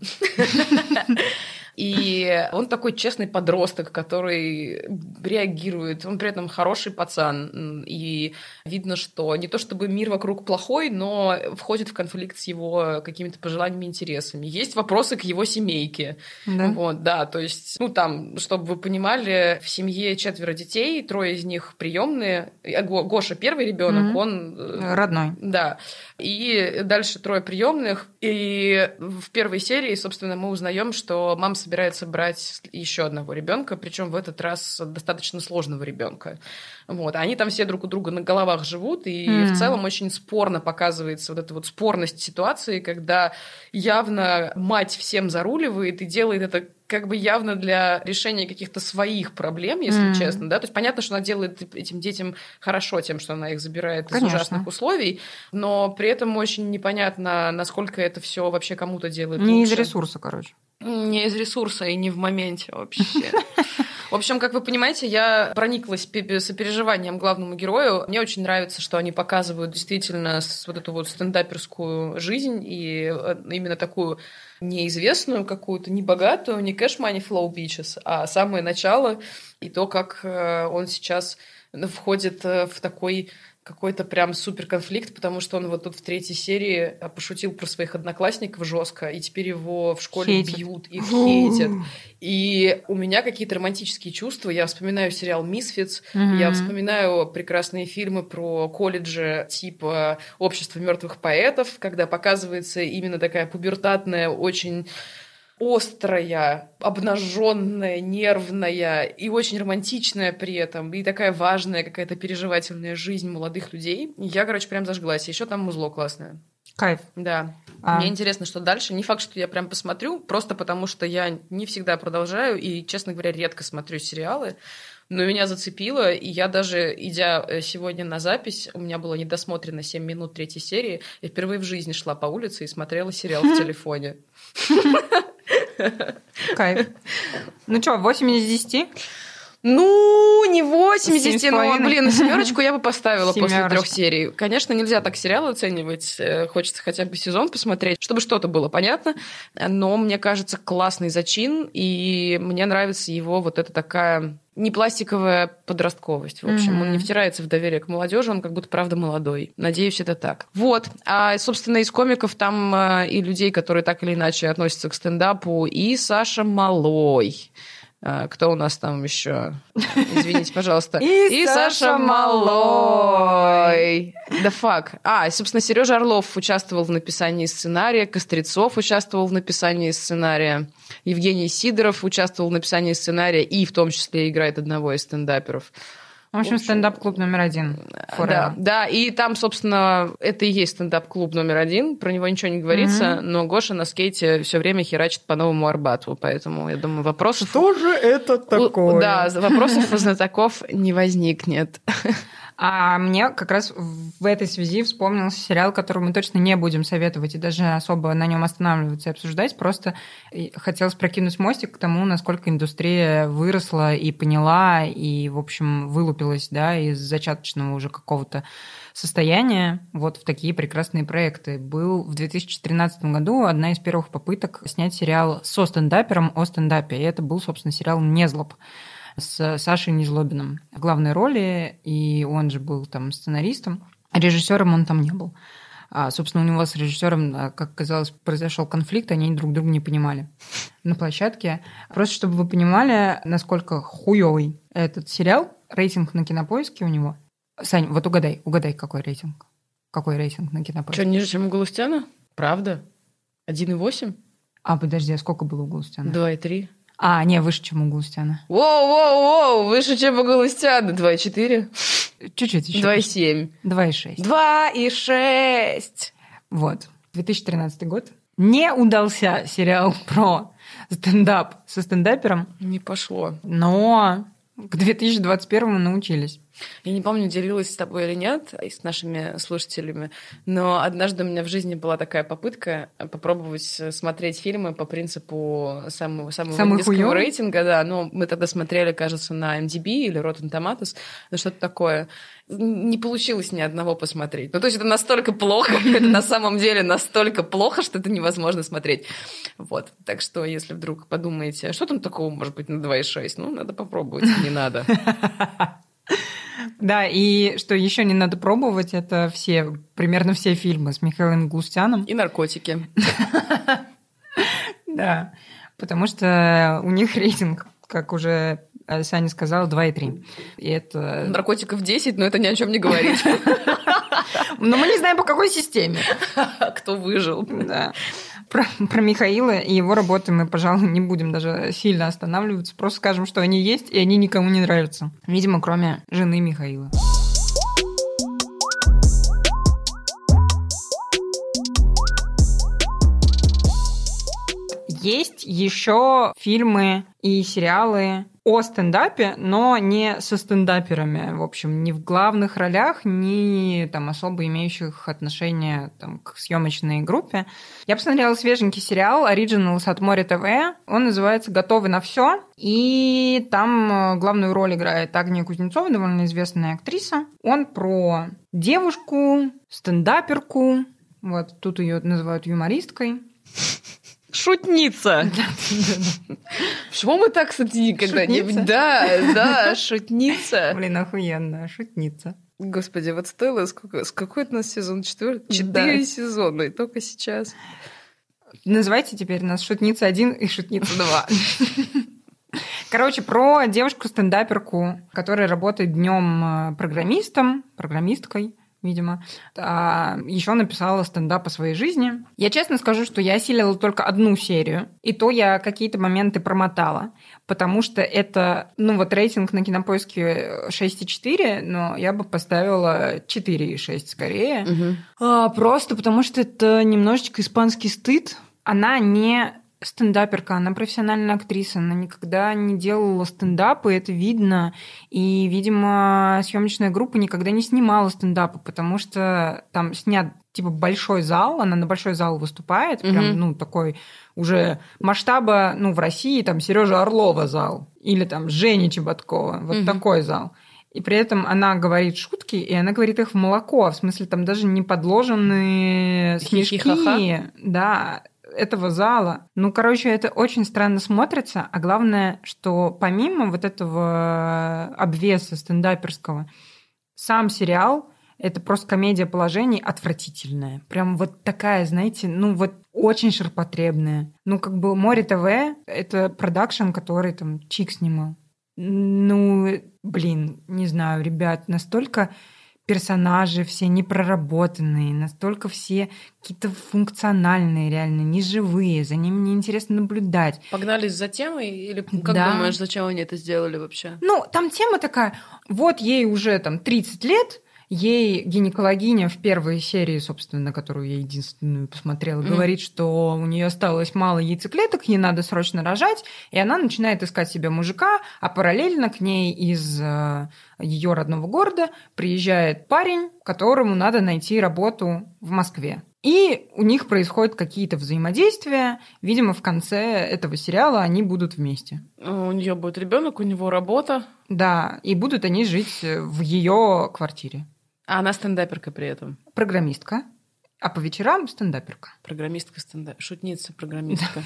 Speaker 4: И он такой честный подросток, который реагирует. Он при этом хороший пацан. И видно, что не то чтобы мир вокруг плохой, но входит в конфликт с его какими-то пожеланиями и интересами. Есть вопросы к его семейке. Да? Вот, да, то есть, ну там, чтобы вы понимали, в семье четверо детей, трое из них приемные. Гоша первый ребенок, mm-hmm. он...
Speaker 3: Родной.
Speaker 4: Да. И дальше трое приемных. И в первой серии, собственно, мы узнаем, что мама собирается брать еще одного ребенка, причем в этот раз достаточно сложного ребенка. Вот. Они там все друг у друга на головах живут, и mm. в целом очень спорно показывается вот эта вот спорность ситуации, когда явно мать всем заруливает и делает это как бы явно для решения каких-то своих проблем, если mm. честно, да, то есть понятно, что она делает этим детям хорошо тем, что она их забирает Конечно. Из ужасных условий, но при этом очень непонятно, насколько это все вообще кому-то делает
Speaker 3: Не
Speaker 4: лучше.
Speaker 3: из ресурса, короче.
Speaker 4: Не из ресурса и не в моменте вообще. В общем, как вы понимаете, я прониклась сопереживанием главному герою. Мне очень нравится, что они показывают действительно вот эту вот стендаперскую жизнь и именно такую неизвестную какую-то, не богатую, не cash money flow bitches, а самое начало и то, как он сейчас входит в такой какой-то прям супер конфликт, потому что он вот тут в третьей серии пошутил про своих одноклассников жестко, и теперь его в школе Хейтит. бьют, их хейтят. И у меня какие-то романтические чувства. Я вспоминаю сериал «Мисфитс», mm-hmm. я вспоминаю прекрасные фильмы про колледжи типа «Общество мертвых поэтов», когда показывается именно такая пубертатная, очень острая, обнаженная, нервная и очень романтичная при этом, и такая важная какая-то переживательная жизнь молодых людей. И я, короче, прям зажглась. Еще там музло классное.
Speaker 3: Кайф.
Speaker 4: Да.
Speaker 3: А.
Speaker 4: Мне интересно, что дальше. Не факт, что я прям посмотрю, просто потому что я не всегда продолжаю и, честно говоря, редко смотрю сериалы. Но меня зацепило, и я даже, идя сегодня на запись, у меня было недосмотрено семь минут третьей серии, я впервые в жизни шла по улице и смотрела сериал в телефоне.
Speaker 3: Кайф. Ну что, восемь из десяти?
Speaker 4: Ну, не восемь из десяти, но,
Speaker 3: половиной.
Speaker 4: блин, на семерочку я бы поставила после
Speaker 3: Семерочка.
Speaker 4: трех серий. Конечно, нельзя так сериал оценивать, э, хочется хотя бы сезон посмотреть, чтобы что-то было понятно, но мне кажется, классный зачин, и мне нравится его вот эта такая не пластиковая подростковость. В общем,
Speaker 3: Мгм.
Speaker 4: он не втирается в доверие к молодежи, он как будто правда молодой. Надеюсь, это так. Вот. А, собственно, из комиков там э, и людей, которые так или иначе относятся к стендапу, и Саша Малой. А, кто у нас там еще? Извините, пожалуйста.
Speaker 3: И Саша
Speaker 4: Малой. Да фак. А, и, собственно, Сережа Орлов участвовал в написании сценария, Кострецов участвовал в написании сценария, Евгений Сидоров участвовал в написании сценария и в том числе играет одного из стендаперов.
Speaker 3: В общем, стендап-клуб номер один.
Speaker 4: Да, да, и там, собственно, это и есть стендап-клуб номер один, про него ничего не говорится,
Speaker 3: Mm-hmm.
Speaker 4: но Гоша на скейте все время херачит по Новому Арбату, поэтому, я думаю, вопросов...
Speaker 3: Что же это такое?
Speaker 4: У- Да, вопросов у знатоков не возникнет.
Speaker 3: А мне как раз в этой связи вспомнился сериал, который мы точно не будем советовать и даже особо на нем останавливаться и обсуждать. Просто хотелось прокинуть мостик к тому, насколько индустрия выросла и поняла, и, в общем, вылупилась, да, из зачаточного уже какого-то состояния вот в такие прекрасные проекты. Был в две тысячи тринадцатом году одна из первых попыток снять сериал со стендапером о стендапе. И это был, собственно, сериал «Незлоб» с Сашей Незлобиным в главной роли, и он же был там сценаристом. Режиссером он там не был. А, собственно, у него с режиссером, как казалось, произошел конфликт, они друг друга не понимали на площадке. Просто чтобы вы понимали, насколько хуёвый этот сериал, рейтинг на Кинопоиске у него. Сань, вот угадай, угадай, какой рейтинг? Какой рейтинг на Кинопоиске?
Speaker 4: Что, ниже, чем у Галустяна? Правда? один и восемь?
Speaker 3: А, подожди, а сколько было у Галустяна?
Speaker 4: два и три.
Speaker 3: А, не, выше, чем у Галустяна.
Speaker 4: Воу-воу-воу, выше, чем у Галустяна. два и четыре.
Speaker 3: Чуть-чуть еще.
Speaker 4: два и семь.
Speaker 3: два и шесть.
Speaker 4: два и шесть.
Speaker 3: Вот. две тысячи тринадцатый год. Не удался сериал про стендап со стендапером,
Speaker 4: Не пошло.
Speaker 3: но к две тысячи двадцать первому научились.
Speaker 4: Я не помню, делилась с тобой или нет, и с нашими слушателями, но однажды у меня в жизни была такая попытка попробовать смотреть фильмы по принципу самого, самого
Speaker 3: Самый
Speaker 4: низкого
Speaker 3: хуёвый?
Speaker 4: рейтинга. Да, ну, мы тогда смотрели, кажется, на эм ди би или Rotten Tomatoes, ну, что-то такое. Не получилось ни одного посмотреть. Ну, то есть это настолько плохо, это на самом деле настолько плохо, что это невозможно смотреть. Вот. Так что, если вдруг подумаете, а что там такого может быть на два и шесть? Ну, надо попробовать, не надо.
Speaker 3: Да, и что еще не надо пробовать, это все, примерно все фильмы с Михаилом Галустяном.
Speaker 4: И наркотики.
Speaker 3: Да, потому что у них рейтинг, как уже Саня сказала, два и три. И это...
Speaker 4: Наркотиков десять, но это ни о чем не говорит.
Speaker 3: Но мы не знаем, по какой системе.
Speaker 4: Кто выжил.
Speaker 3: Да. Про, про Михаила и его работы мы, пожалуй, не будем даже сильно останавливаться. Просто скажем, что они есть, и они никому не нравятся. Видимо, кроме жены Михаила. Есть еще фильмы и сериалы о стендапе, но не со стендаперами, в общем, ни в главных ролях, ни там особо имеющих отношение там, к съемочной группе. Я посмотрела свеженький сериал Originals от Море ТВ. Он называется «Готовы на все». И там главную роль играет Агния Кузнецова, довольно известная актриса. Он про девушку, стендаперку. Вот тут ее называют юмористкой.
Speaker 4: Шутница. Почему мы так, кстати, никогда не...
Speaker 3: Шутница?
Speaker 4: Да, да, шутница.
Speaker 3: Блин, охуенно, шутница.
Speaker 4: Господи, вот стоило... Сколько... С какой это у нас сезон? Четвертый? Четыре
Speaker 3: Да.
Speaker 4: сезона, и только сейчас.
Speaker 3: Называйте теперь нас шутница один и шутница два. Короче, про девушку-стендаперку, которая работает днем программистом, программисткой, видимо. А еще написала стендап о своей жизни. Я честно скажу, что я осилила только одну серию, и то я какие-то моменты промотала, потому что это, ну вот рейтинг на Кинопоиске шесть и четыре, но я бы поставила четыре и шесть скорее.
Speaker 4: Угу.
Speaker 3: А, просто потому что это немножечко испанский стыд. Она не стендаперка, она профессиональная актриса, она никогда не делала стендапы, это видно. И, видимо, съемочная группа никогда не снимала стендапы, потому что там снят типа большой зал, она на большой зал выступает, прям,
Speaker 4: Мгм.
Speaker 3: ну, такой уже масштаба, ну, в России там Сережа Орлова зал или там Жени Чеботкова, вот
Speaker 4: Мгм.
Speaker 3: такой зал. И при этом она говорит шутки, и она говорит их в молоко, в смысле там даже не подложенные смешки,
Speaker 4: Хихи-ха-ха.
Speaker 3: да, этого зала. Ну, короче, это очень странно смотрится, а главное, что помимо вот этого обвеса стендаперского, сам сериал — это просто комедия положений отвратительная. Прям вот такая, знаете, ну вот очень ширпотребная. Ну, как бы «Море ТВ» — это продакшн, который там Чик снимал. Ну, блин, не знаю, ребят, настолько персонажи все непроработанные, настолько все какие-то функциональные, реально, неживые, за ними неинтересно наблюдать.
Speaker 4: Погнались за темой? Или как
Speaker 3: Да.
Speaker 4: думаешь, зачем они это сделали вообще?
Speaker 3: Ну, там тема такая, вот ей уже там тридцать лет, ей гинекологиня в первой серии, собственно, которую я единственную посмотрела,
Speaker 4: Мгм.
Speaker 3: говорит, что у нее осталось мало яйцеклеток, ей надо срочно рожать, и она начинает искать себе мужика, а параллельно к ней из ее родного города приезжает парень, которому надо найти работу в Москве. И у них происходят какие-то взаимодействия. Видимо, в конце этого сериала они будут вместе.
Speaker 4: У нее будет ребенок, у него работа,
Speaker 3: Да, и будут они жить в ее квартире.
Speaker 4: а она стендаперка при этом.
Speaker 3: Программистка, а по вечерам стендаперка.
Speaker 4: Программистка стендап. Шутница, программистка.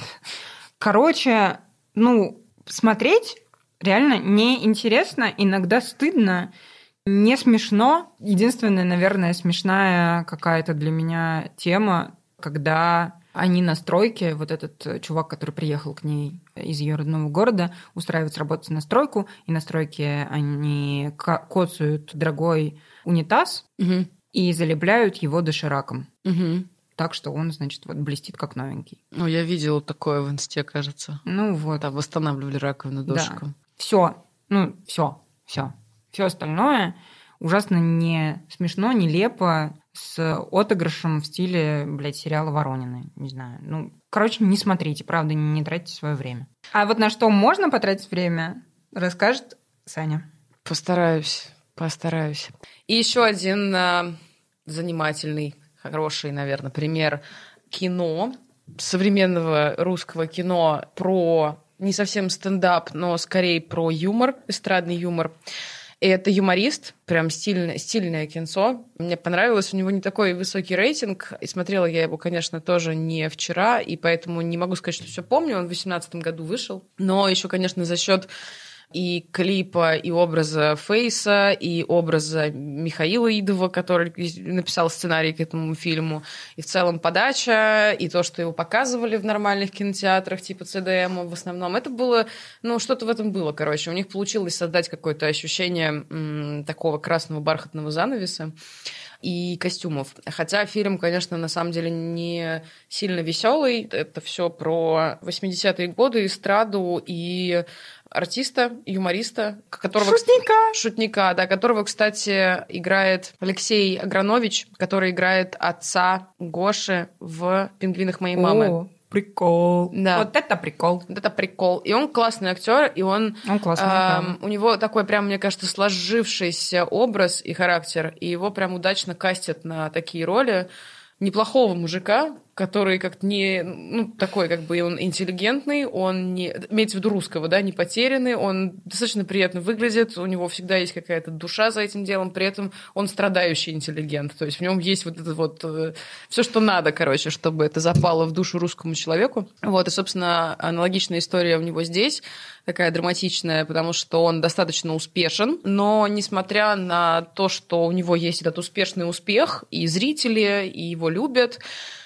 Speaker 3: Короче, ну, смотреть реально неинтересно, иногда стыдно, не смешно. Единственная, наверное, смешная какая-то для меня тема, когда они на стройке, вот этот чувак, который приехал к ней из ее родного города, устраивается работать на стройку, и на стройке они ка- коцают дорогой унитаз
Speaker 4: Мгм.
Speaker 3: и залепляют его дошираком.
Speaker 4: Мгм.
Speaker 3: Так что он, значит, вот блестит как новенький.
Speaker 4: Ну, я видела такое в инсте, кажется.
Speaker 3: Ну вот.
Speaker 4: Там восстанавливали раковину дошиком.
Speaker 3: Все. Ну, все. Все. Все остальное ужасно не смешно, нелепо, с отыгрышем в стиле, блядь, сериала Воронины. Не знаю. Ну, короче, не смотрите, правда, не, не тратьте свое время. А вот на что можно потратить время, расскажет Саня.
Speaker 4: Постараюсь, постараюсь. И еще один а, занимательный, хороший, наверное, пример кино, современного русского кино про не совсем стендап, но скорее про юмор, эстрадный юмор. И это «Юморист», прям стильное, стильное кинцо. Мне понравилось, у него не такой высокий рейтинг, и смотрела я его, конечно, тоже не вчера, и поэтому не могу сказать, что все помню, он в две тысячи восемнадцатом году вышел, но еще, конечно, за счет и клипа, и образа Фейса, и образа Михаила Идова, который написал сценарий к этому фильму, и в целом подача, и то, что его показывали в нормальных кинотеатрах, типа Цэ Дэ Эм в основном, это было, ну, что-то в этом было, короче. У них получилось создать какое-то ощущение м, такого красного бархатного занавеса и костюмов. Хотя фильм, конечно, на самом деле не сильно веселый. Это все про восьмидесятые годы, эстраду и артиста, юмориста, которого...
Speaker 3: Шутника!
Speaker 4: Шутника, да, которого, кстати, играет Алексей Агранович, который играет отца Гоши в «Пингвинах моей мамы».
Speaker 3: О, прикол.
Speaker 4: Да.
Speaker 3: Вот это прикол.
Speaker 4: Вот это прикол. И он классный актер, и он...
Speaker 3: Он классный,
Speaker 4: эм, у него такой прям, мне кажется, сложившийся образ и характер, и его прям удачно кастят на такие роли неплохого мужика, который как-то не... Ну, такой как бы он интеллигентный, он не... Имеется в виду русского, да, не потерянный, он достаточно приятно выглядит, у него всегда есть какая-то душа за этим делом, при этом он страдающий интеллигент. То есть в нем есть вот это вот... Э, все, что надо, короче, чтобы это запало в душу русскому человеку. Вот, и, собственно, аналогичная история у него здесь, такая драматичная, потому что он достаточно успешен, но несмотря на то, что у него есть этот успешный успех, и зрители, и его любят,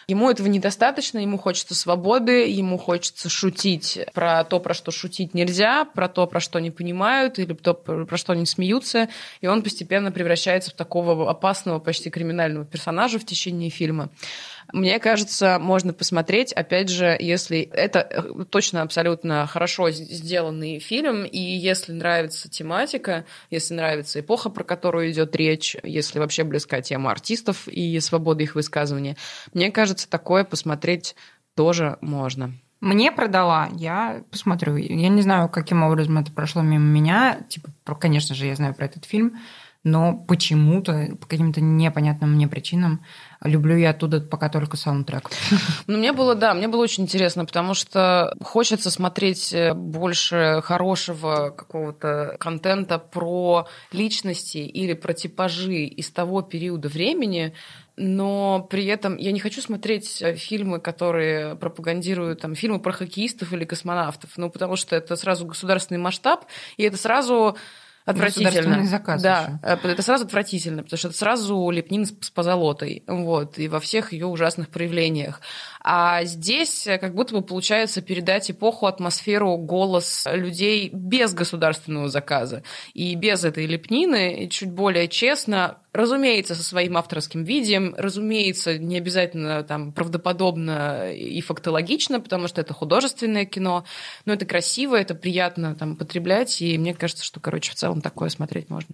Speaker 4: Ему этого недостаточно, ему хочется свободы, ему хочется шутить про то, про что шутить нельзя, про то, про что не понимают, или то, про что не смеются, и он постепенно превращается в такого опасного, почти криминального персонажа в течение фильма. Мне кажется, можно посмотреть, опять же, если это точно абсолютно хорошо сделанный фильм, и если нравится тематика, если нравится эпоха, про которую идет речь, если вообще близка тема артистов и свободы их высказывания, мне кажется, такое посмотреть тоже можно.
Speaker 3: Мне продала, я посмотрю. Я не знаю, каким образом это прошло мимо меня. Типа, конечно же, я знаю про этот фильм, но почему-то, по каким-то непонятным мне причинам, люблю я оттуда пока только саундтрек.
Speaker 4: Ну, мне было, да, мне было очень интересно, потому что хочется смотреть больше хорошего какого-то контента про личности или про типажи из того периода времени, но при этом я не хочу смотреть фильмы, которые пропагандируют там, фильмы про хоккеистов или космонавтов, ну, потому что это сразу государственный масштаб, и это сразу... Отвратительно.
Speaker 3: Заказ
Speaker 4: да,
Speaker 3: еще.
Speaker 4: Это сразу отвратительно, потому что это сразу лепнина с позолотой, вот, и во всех ее ужасных проявлениях. А здесь как будто бы получается передать эпоху, атмосферу, голос людей без государственного заказа и без этой лепнины, и чуть более честно, разумеется, со своим авторским видением, разумеется, не обязательно там правдоподобно и фактологично, потому что это художественное кино, но это красиво, это приятно там потреблять, и мне кажется, что, короче, в целом такое смотреть можно.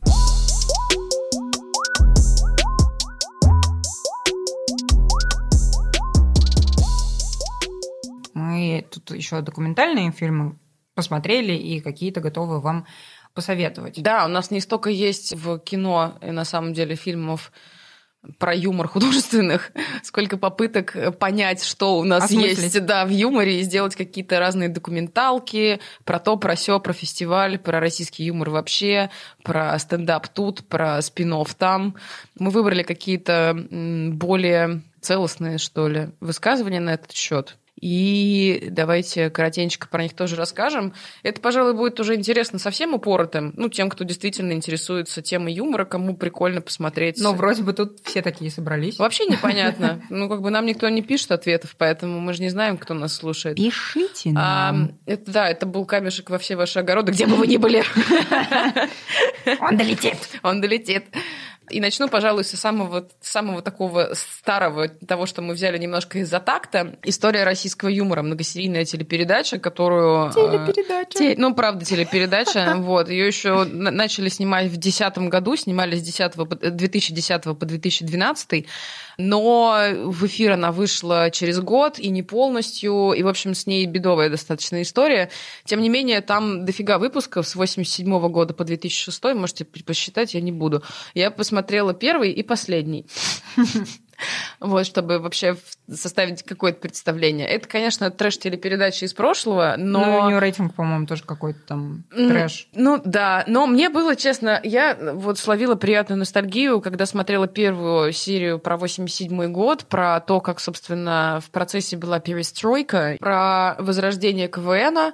Speaker 3: Мы тут еще документальные фильмы посмотрели и какие-то готовы вам посоветовать.
Speaker 4: Да, у нас не столько есть в кино, и на самом деле, фильмов про юмор художественных, сколько попыток понять, что у нас
Speaker 3: Осмыслить.
Speaker 4: есть, да, в юморе, и сделать какие-то разные документалки про то, про сё, про фестиваль, про российский юмор вообще, про стендап тут, про спин-офф там. Мы выбрали какие-то более целостные, что ли, высказывания на этот счет. И давайте коротенько про них тоже расскажем. Это, пожалуй, будет уже интересно совсем упоротым, ну, тем, кто действительно интересуется темой юмора, кому прикольно посмотреть.
Speaker 3: Но вроде бы тут все такие собрались.
Speaker 4: Вообще непонятно. Ну, как бы нам никто не пишет ответов, поэтому мы же не знаем, кто нас слушает.
Speaker 3: Пишите
Speaker 4: А,
Speaker 3: нам.
Speaker 4: это, да, это был камешек во все ваши огороды, где бы вы ни были.
Speaker 3: Он долетит.
Speaker 4: Он долетит. И начну, пожалуй, с самого, самого такого старого, того, что мы взяли немножко из-за такта. История российского юмора, многосерийная телепередача, которую...
Speaker 3: Телепередача.
Speaker 4: Те, ну, правда, телепередача. Вот. Ее еще начали снимать в две тысячи десятом году, снимали с две тысячи десятого по две тысячи двенадцатый. Но в эфир она вышла через год и не полностью. И, в общем, с ней бедовая достаточно история. Тем не менее, там дофига выпусков с восемьдесят седьмого года по две тысячи шестой. Можете посчитать, я не буду. Я посмотрела Смотрела первый и последний. Вот, чтобы вообще составить какое-то представление. Это, конечно, трэш-телепередача из прошлого, но...
Speaker 3: Ну, у нее рейтинг, по-моему, тоже какой-то там трэш.
Speaker 4: Ну, да. Но мне было, честно, я вот словила приятную ностальгию, когда смотрела первую серию про восемьдесят седьмой год, про то, как, собственно, в процессе была перестройка, про возрождение КВНа,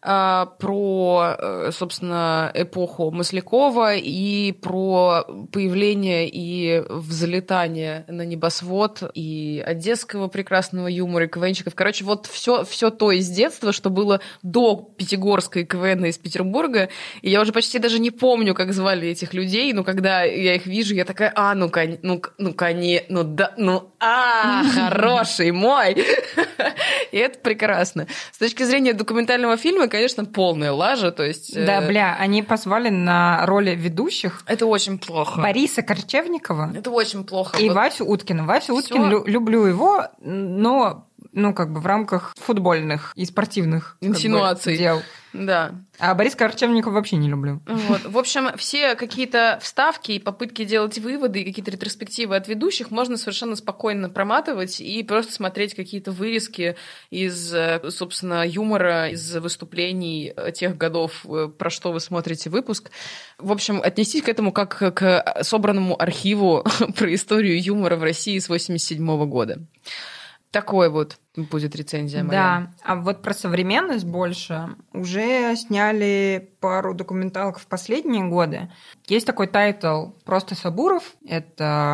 Speaker 4: про, собственно, эпоху Маслякова и про появление и взлетание на небосвод и одесского прекрасного юмора, и КВНщиков. Короче, вот все, все то из детства, что было до Пятигорска и КВН из Петербурга. И я уже почти даже не помню, как звали этих людей, но когда я их вижу, я такая, а, ну, кон... ну, ну, коне... ну, да, ну, а, хороший мой! И это прекрасно. С точки зрения документального фильма, конечно, полная лажа, то есть...
Speaker 3: Да, бля, они позвали на роли ведущих
Speaker 4: Это очень плохо.
Speaker 3: Бориса Корчевникова
Speaker 4: Это очень плохо.
Speaker 3: и
Speaker 4: Вот.
Speaker 3: Васю Уткина. Васю
Speaker 4: Всё.
Speaker 3: Уткин, лю- люблю его, но ну, как бы в рамках футбольных и спортивных как бы,
Speaker 4: Инсинуаций.
Speaker 3: дел.
Speaker 4: Да.
Speaker 3: А Борис Корчевникова вообще не люблю.
Speaker 4: Вот. В общем, все какие-то вставки и попытки делать выводы и какие-то ретроспективы от ведущих можно совершенно спокойно проматывать и просто смотреть какие-то вырезки из, собственно, юмора, из выступлений тех годов, про что вы смотрите выпуск. В общем, отнестись к этому как к собранному архиву про историю юмора в России с восемьдесят седьмого года. Такой вот будет рецензия моя.
Speaker 3: Да, а вот про современность больше уже сняли пару документалок в последние годы. Есть такой тайтл «Просто Сабуров». Это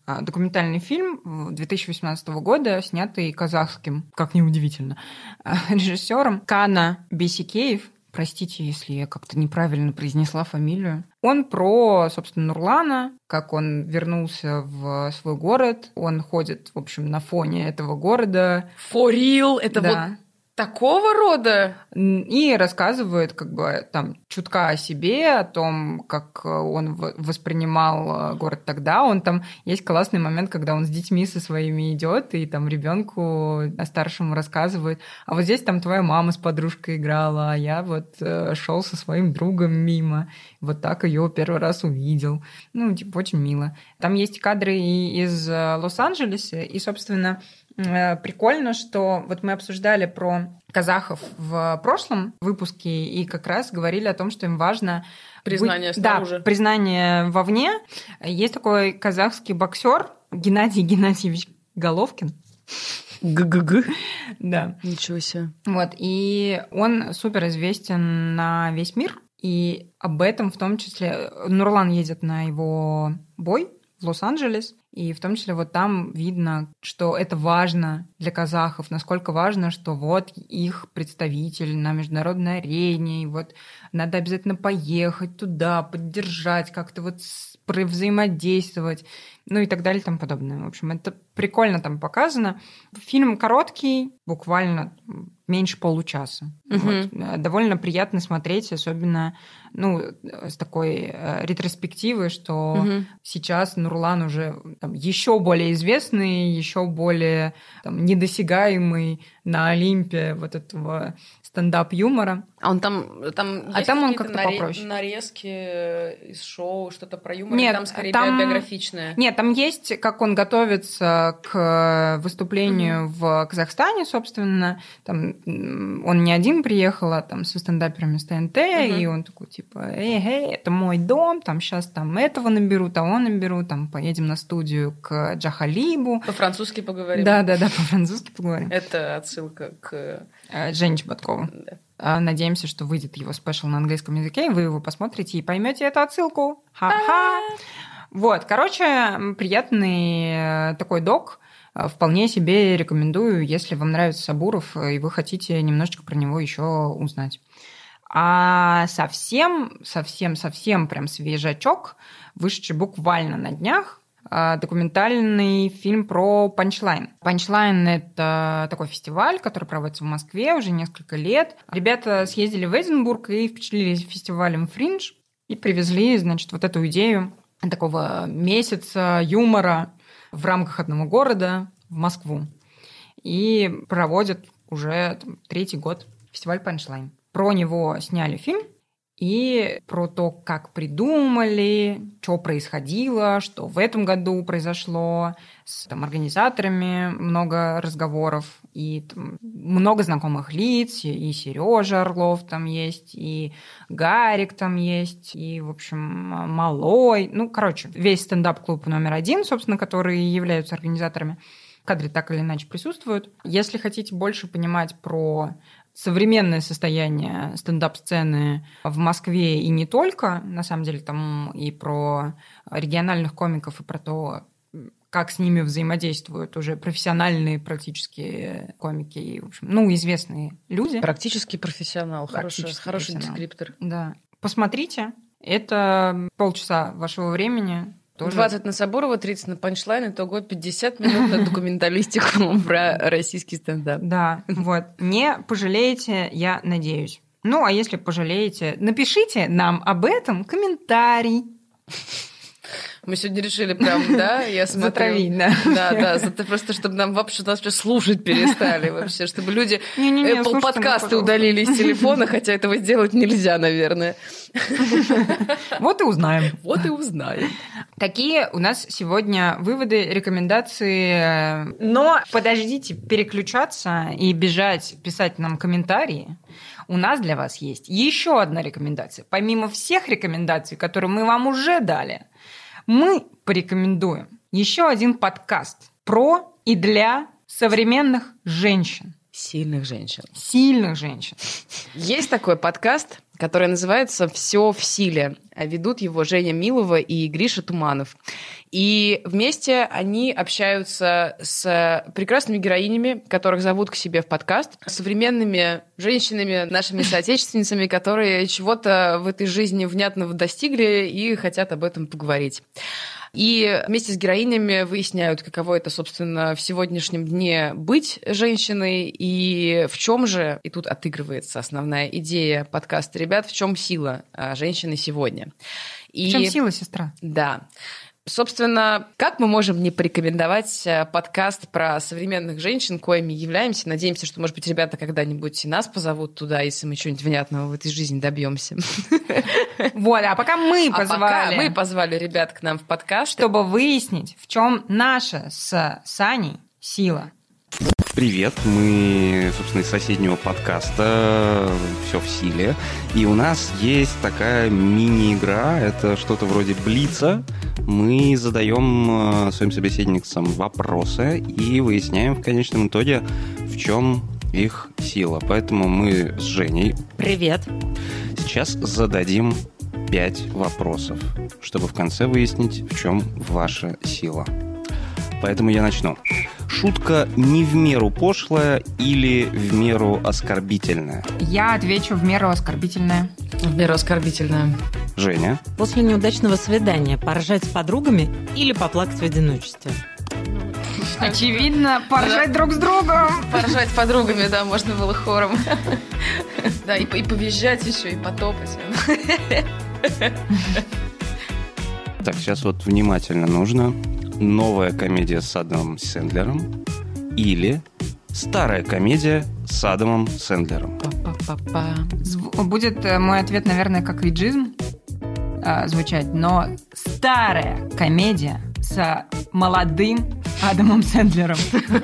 Speaker 3: документальный фильм две тысячи восемнадцатого года, снятый казахским, как неудивительно, режиссером Кана Бейсекеев. Простите, если я как-то неправильно произнесла фамилию. Он про, собственно, Нурлана, как он вернулся в свой город. Он ходит, в общем, на фоне этого города.
Speaker 4: For real? Это
Speaker 3: да.
Speaker 4: вот такого рода?
Speaker 3: И рассказывает как бы там чутка о себе, о том, как он воспринимал город тогда. Он там есть классный момент, когда он с детьми со своими идет и там ребенку старшему рассказывает: а вот здесь там твоя мама с подружкой играла, а я вот шел со своим другом мимо, вот так ее первый раз увидел. Ну, типа, очень мило. Там есть кадры и из Лос-Анджелеса, и, собственно, прикольно, что вот мы обсуждали про казахов в прошлом выпуске и как раз говорили о том, что им важно
Speaker 4: признание
Speaker 3: быть...
Speaker 4: снаружи.
Speaker 3: Да, признание вовне. Есть такой казахский боксер Геннадий Геннадьевич Головкин.
Speaker 4: Г-г-г.
Speaker 3: Да.
Speaker 4: Ничего себе.
Speaker 3: Вот, и он супер известен на весь мир, и об этом в том числе Нурлан едет на его бой в Лос-Анджелес, и в том числе вот там видно, что это важно для казахов, насколько важно, что вот их представитель на международной арене, и вот надо обязательно поехать туда, поддержать, как-то вот взаимодействовать, ну и так далее и тому подобное. В общем, это прикольно там показано. Фильм короткий, буквально меньше получаса.
Speaker 4: Угу.
Speaker 3: Вот. Довольно приятно смотреть, особенно ну, с такой ретроспективы, что угу. сейчас Нурлан уже там, еще более известный, еще более там, недосягаемый на Олимпе вот этого стендап-юмора.
Speaker 4: А он там, там
Speaker 3: а
Speaker 4: есть
Speaker 3: там он
Speaker 4: какие-то
Speaker 3: как-то
Speaker 4: наре-
Speaker 3: попроще.
Speaker 4: нарезки из шоу, что-то про юмор?
Speaker 3: Нет,
Speaker 4: там скорее
Speaker 3: там...
Speaker 4: биографичное?
Speaker 3: Нет, там есть, как он готовится к выступлению mm-hmm. в Казахстане, собственно. Там он не один приехал, а там со стендаперами с ТНТ, mm-hmm. и он такой, типа, эй, эй, это мой дом, там сейчас там этого наберу, того наберу, там поедем на студию к Джахалибу.
Speaker 4: По-французски поговорим.
Speaker 3: Да-да-да, по-французски поговорим.
Speaker 4: Это отсылка к...
Speaker 3: Жене Чеботкову. Да. Надеемся, что выйдет его спешл на английском языке, и вы его посмотрите и поймете эту отсылку. Ха-ха! Вот, короче, приятный такой док. Вполне себе рекомендую, если вам нравится Сабуров, и вы хотите немножечко про него еще узнать. А совсем, совсем, совсем прям свежачок, вышедший буквально на днях, документальный фильм про Punchline. Punchline – это такой фестиваль, который проводится в Москве уже несколько лет. Ребята съездили в Эдинбург и впечатлились фестивалем Fringe и привезли, значит, вот эту идею такого месяца юмора в рамках одного города в Москву. И проводят уже там, третий год фестиваль Punchline. Про него сняли фильм. И про то, как придумали, что происходило, что в этом году произошло, с там, организаторами много разговоров, и там, много знакомых лиц, и Сережа Орлов там есть, и Гарик там есть, и, в общем, Малой. Ну, короче, весь стендап-клуб номер один, собственно, которые являются организаторами, в кадре так или иначе присутствуют. Если хотите больше понимать про современное состояние стендап-сцены в Москве и не только, на самом деле там и про региональных комиков, и про то, как с ними взаимодействуют уже профессиональные практически комики, и, в общем, ну, известные люди.
Speaker 4: Практически профессионал,
Speaker 3: Практически
Speaker 4: хороший,
Speaker 3: профессионал.
Speaker 4: хороший дескриптор.
Speaker 3: Да. Посмотрите, это полчаса вашего времени. Тоже...
Speaker 4: двадцать на Сабурова, тридцать на Punchline, итого пятьдесят минут на документалистику про российский стендап.
Speaker 3: Да, вот. Не пожалеете, я надеюсь. Ну, а если пожалеете, напишите нам об этом комментарий.
Speaker 4: Мы сегодня решили прям, да, я смотрю...
Speaker 3: Затравить, да.
Speaker 4: Да, да, зато просто, чтобы нам вообще, нас вообще слушать перестали вообще, чтобы люди Apple подкасты удалили из телефона, хотя этого сделать нельзя, наверное.
Speaker 3: Вот и узнаем.
Speaker 4: Вот и узнаем.
Speaker 3: Такие у нас сегодня выводы, рекомендации. Но подождите переключаться и бежать писать нам комментарии. У нас для вас есть еще одна рекомендация. Помимо всех рекомендаций, которые мы вам уже дали, мы порекомендуем еще один подкаст про и для современных женщин.
Speaker 4: Сильных женщин.
Speaker 3: Сильных женщин.
Speaker 4: Есть такой подкаст, который называется «Все в силе». Ведут его Женя Милова и Гриша Туманов. И вместе они общаются с прекрасными героинями, которых зовут к себе в подкаст, современными женщинами, нашими соотечественницами, которые чего-то в этой жизни внятного достигли и хотят об этом поговорить. И вместе с героинями выясняют, каково это, собственно, в сегодняшнем дне быть женщиной, и в чем же, и тут отыгрывается основная идея подкаста «Ребят», в чем сила женщины сегодня. И,
Speaker 3: в чем сила, сестра?
Speaker 4: Да. Собственно, как мы можем не порекомендовать подкаст про современных женщин, коими являемся? Надеемся, что, может быть, ребята когда-нибудь и нас позовут туда, если мы чего-нибудь внятного в этой жизни добьемся.
Speaker 3: Вот, а пока мы позвали...
Speaker 4: А пока мы позвали ребят к нам в подкаст,
Speaker 3: чтобы выяснить, в чем наша с Саней сила.
Speaker 7: Привет, мы, собственно, из соседнего подкаста «Все в силе». И у нас есть такая мини-игра, это что-то вроде блица. Мы задаем своим собеседникам вопросы и выясняем в конечном итоге, в чем их сила. Поэтому мы с Женей...
Speaker 8: Привет.
Speaker 7: Сейчас зададим пять вопросов, чтобы в конце выяснить, в чем ваша сила. Поэтому я начну. Шутка не в меру пошлая или в меру оскорбительная?
Speaker 3: Я отвечу в меру оскорбительная.
Speaker 4: В меру оскорбительная.
Speaker 7: Женя?
Speaker 8: После неудачного свидания поржать с подругами или поплакать в одиночестве?
Speaker 3: Очевидно, поржать друг с другом.
Speaker 4: Поржать с подругами, да, можно было хором. Да, и повизжать еще, и потопать.
Speaker 7: Так, сейчас вот внимательно нужно. Новая комедия с Адамом Сэндлером или старая комедия с Адамом Сэндлером?
Speaker 4: Па-па-па-па.
Speaker 3: Зв- Будет э, мой ответ, наверное, как иджизм э, звучать, но старая комедия с молодым Адамом Сэндлером.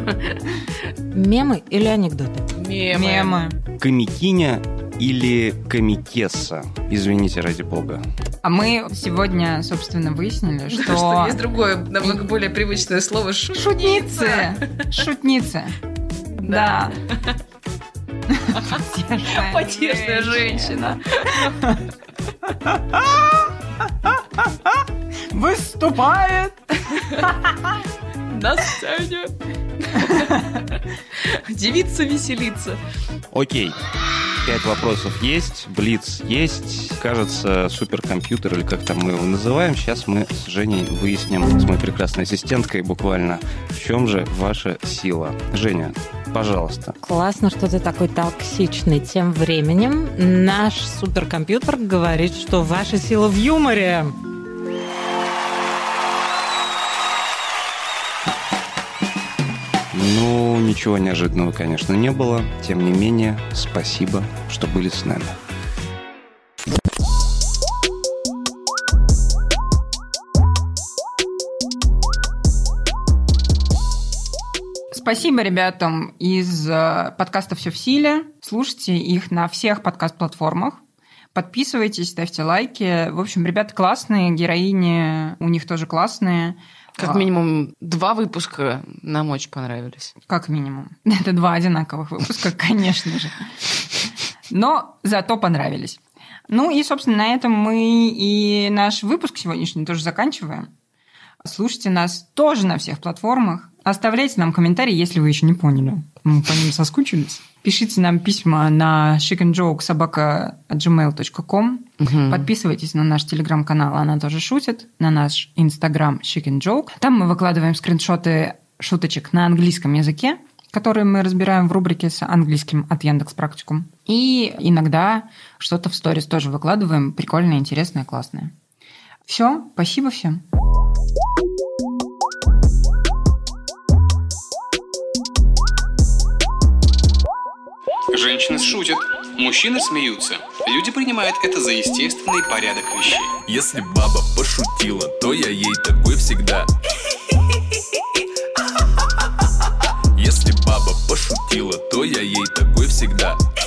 Speaker 8: Мемы или анекдоты?
Speaker 4: Мемы.
Speaker 3: Мемы.
Speaker 7: Комикиня или комикесса? Извините, ради бога.
Speaker 3: А мы сегодня, собственно, выяснили, что...
Speaker 4: Что есть другое, намного более привычное слово «шутница».
Speaker 3: Шутницы. Да.
Speaker 4: Потешная женщина.
Speaker 3: Выступает
Speaker 4: На сцене. Девица веселится.
Speaker 7: Окей. Пять вопросов есть, блиц есть. Кажется, суперкомпьютер, или как там мы его называем. Сейчас мы с Женей выясним с моей прекрасной ассистенткой буквально, в чем же ваша сила. Женя, пожалуйста.
Speaker 8: Классно, что ты такой токсичный. Тем временем наш суперкомпьютер говорит, что ваша сила в юморе.
Speaker 7: Ну, ничего неожиданного, конечно, не было. Тем не менее, спасибо, что были с нами.
Speaker 3: Спасибо ребятам из э, подкаста «Все в силе». Слушайте их на всех подкаст-платформах. Подписывайтесь, ставьте лайки. В общем, ребята классные, героини у них тоже классные.
Speaker 4: Как минимум два выпуска нам очень понравились.
Speaker 3: Как минимум. Это два одинаковых выпуска, конечно же. Но зато понравились. Ну и, собственно, на этом мы и наш выпуск сегодняшний тоже заканчиваем. Слушайте нас тоже на всех платформах. Оставляйте нам комментарии, если вы еще не поняли. Мы по ним соскучились. Пишите нам письма на chickenjoke собака джимейл точка ком.
Speaker 4: Угу.
Speaker 3: Подписывайтесь на наш телеграм-канал «Она тоже шутит», на наш инстаграм chickenjoke. Там мы выкладываем скриншоты шуточек на английском языке, которые мы разбираем в рубрике с английским от Яндекс.Практикум. И иногда что-то в сторис тоже выкладываем, прикольное, интересное, классное. Все, спасибо всем.
Speaker 1: Женщины шутят, мужчины смеются. Люди принимают это за естественный порядок вещей.
Speaker 2: Если баба пошутила, то я ей такой всегда. Если баба пошутила, то я ей такой всегда.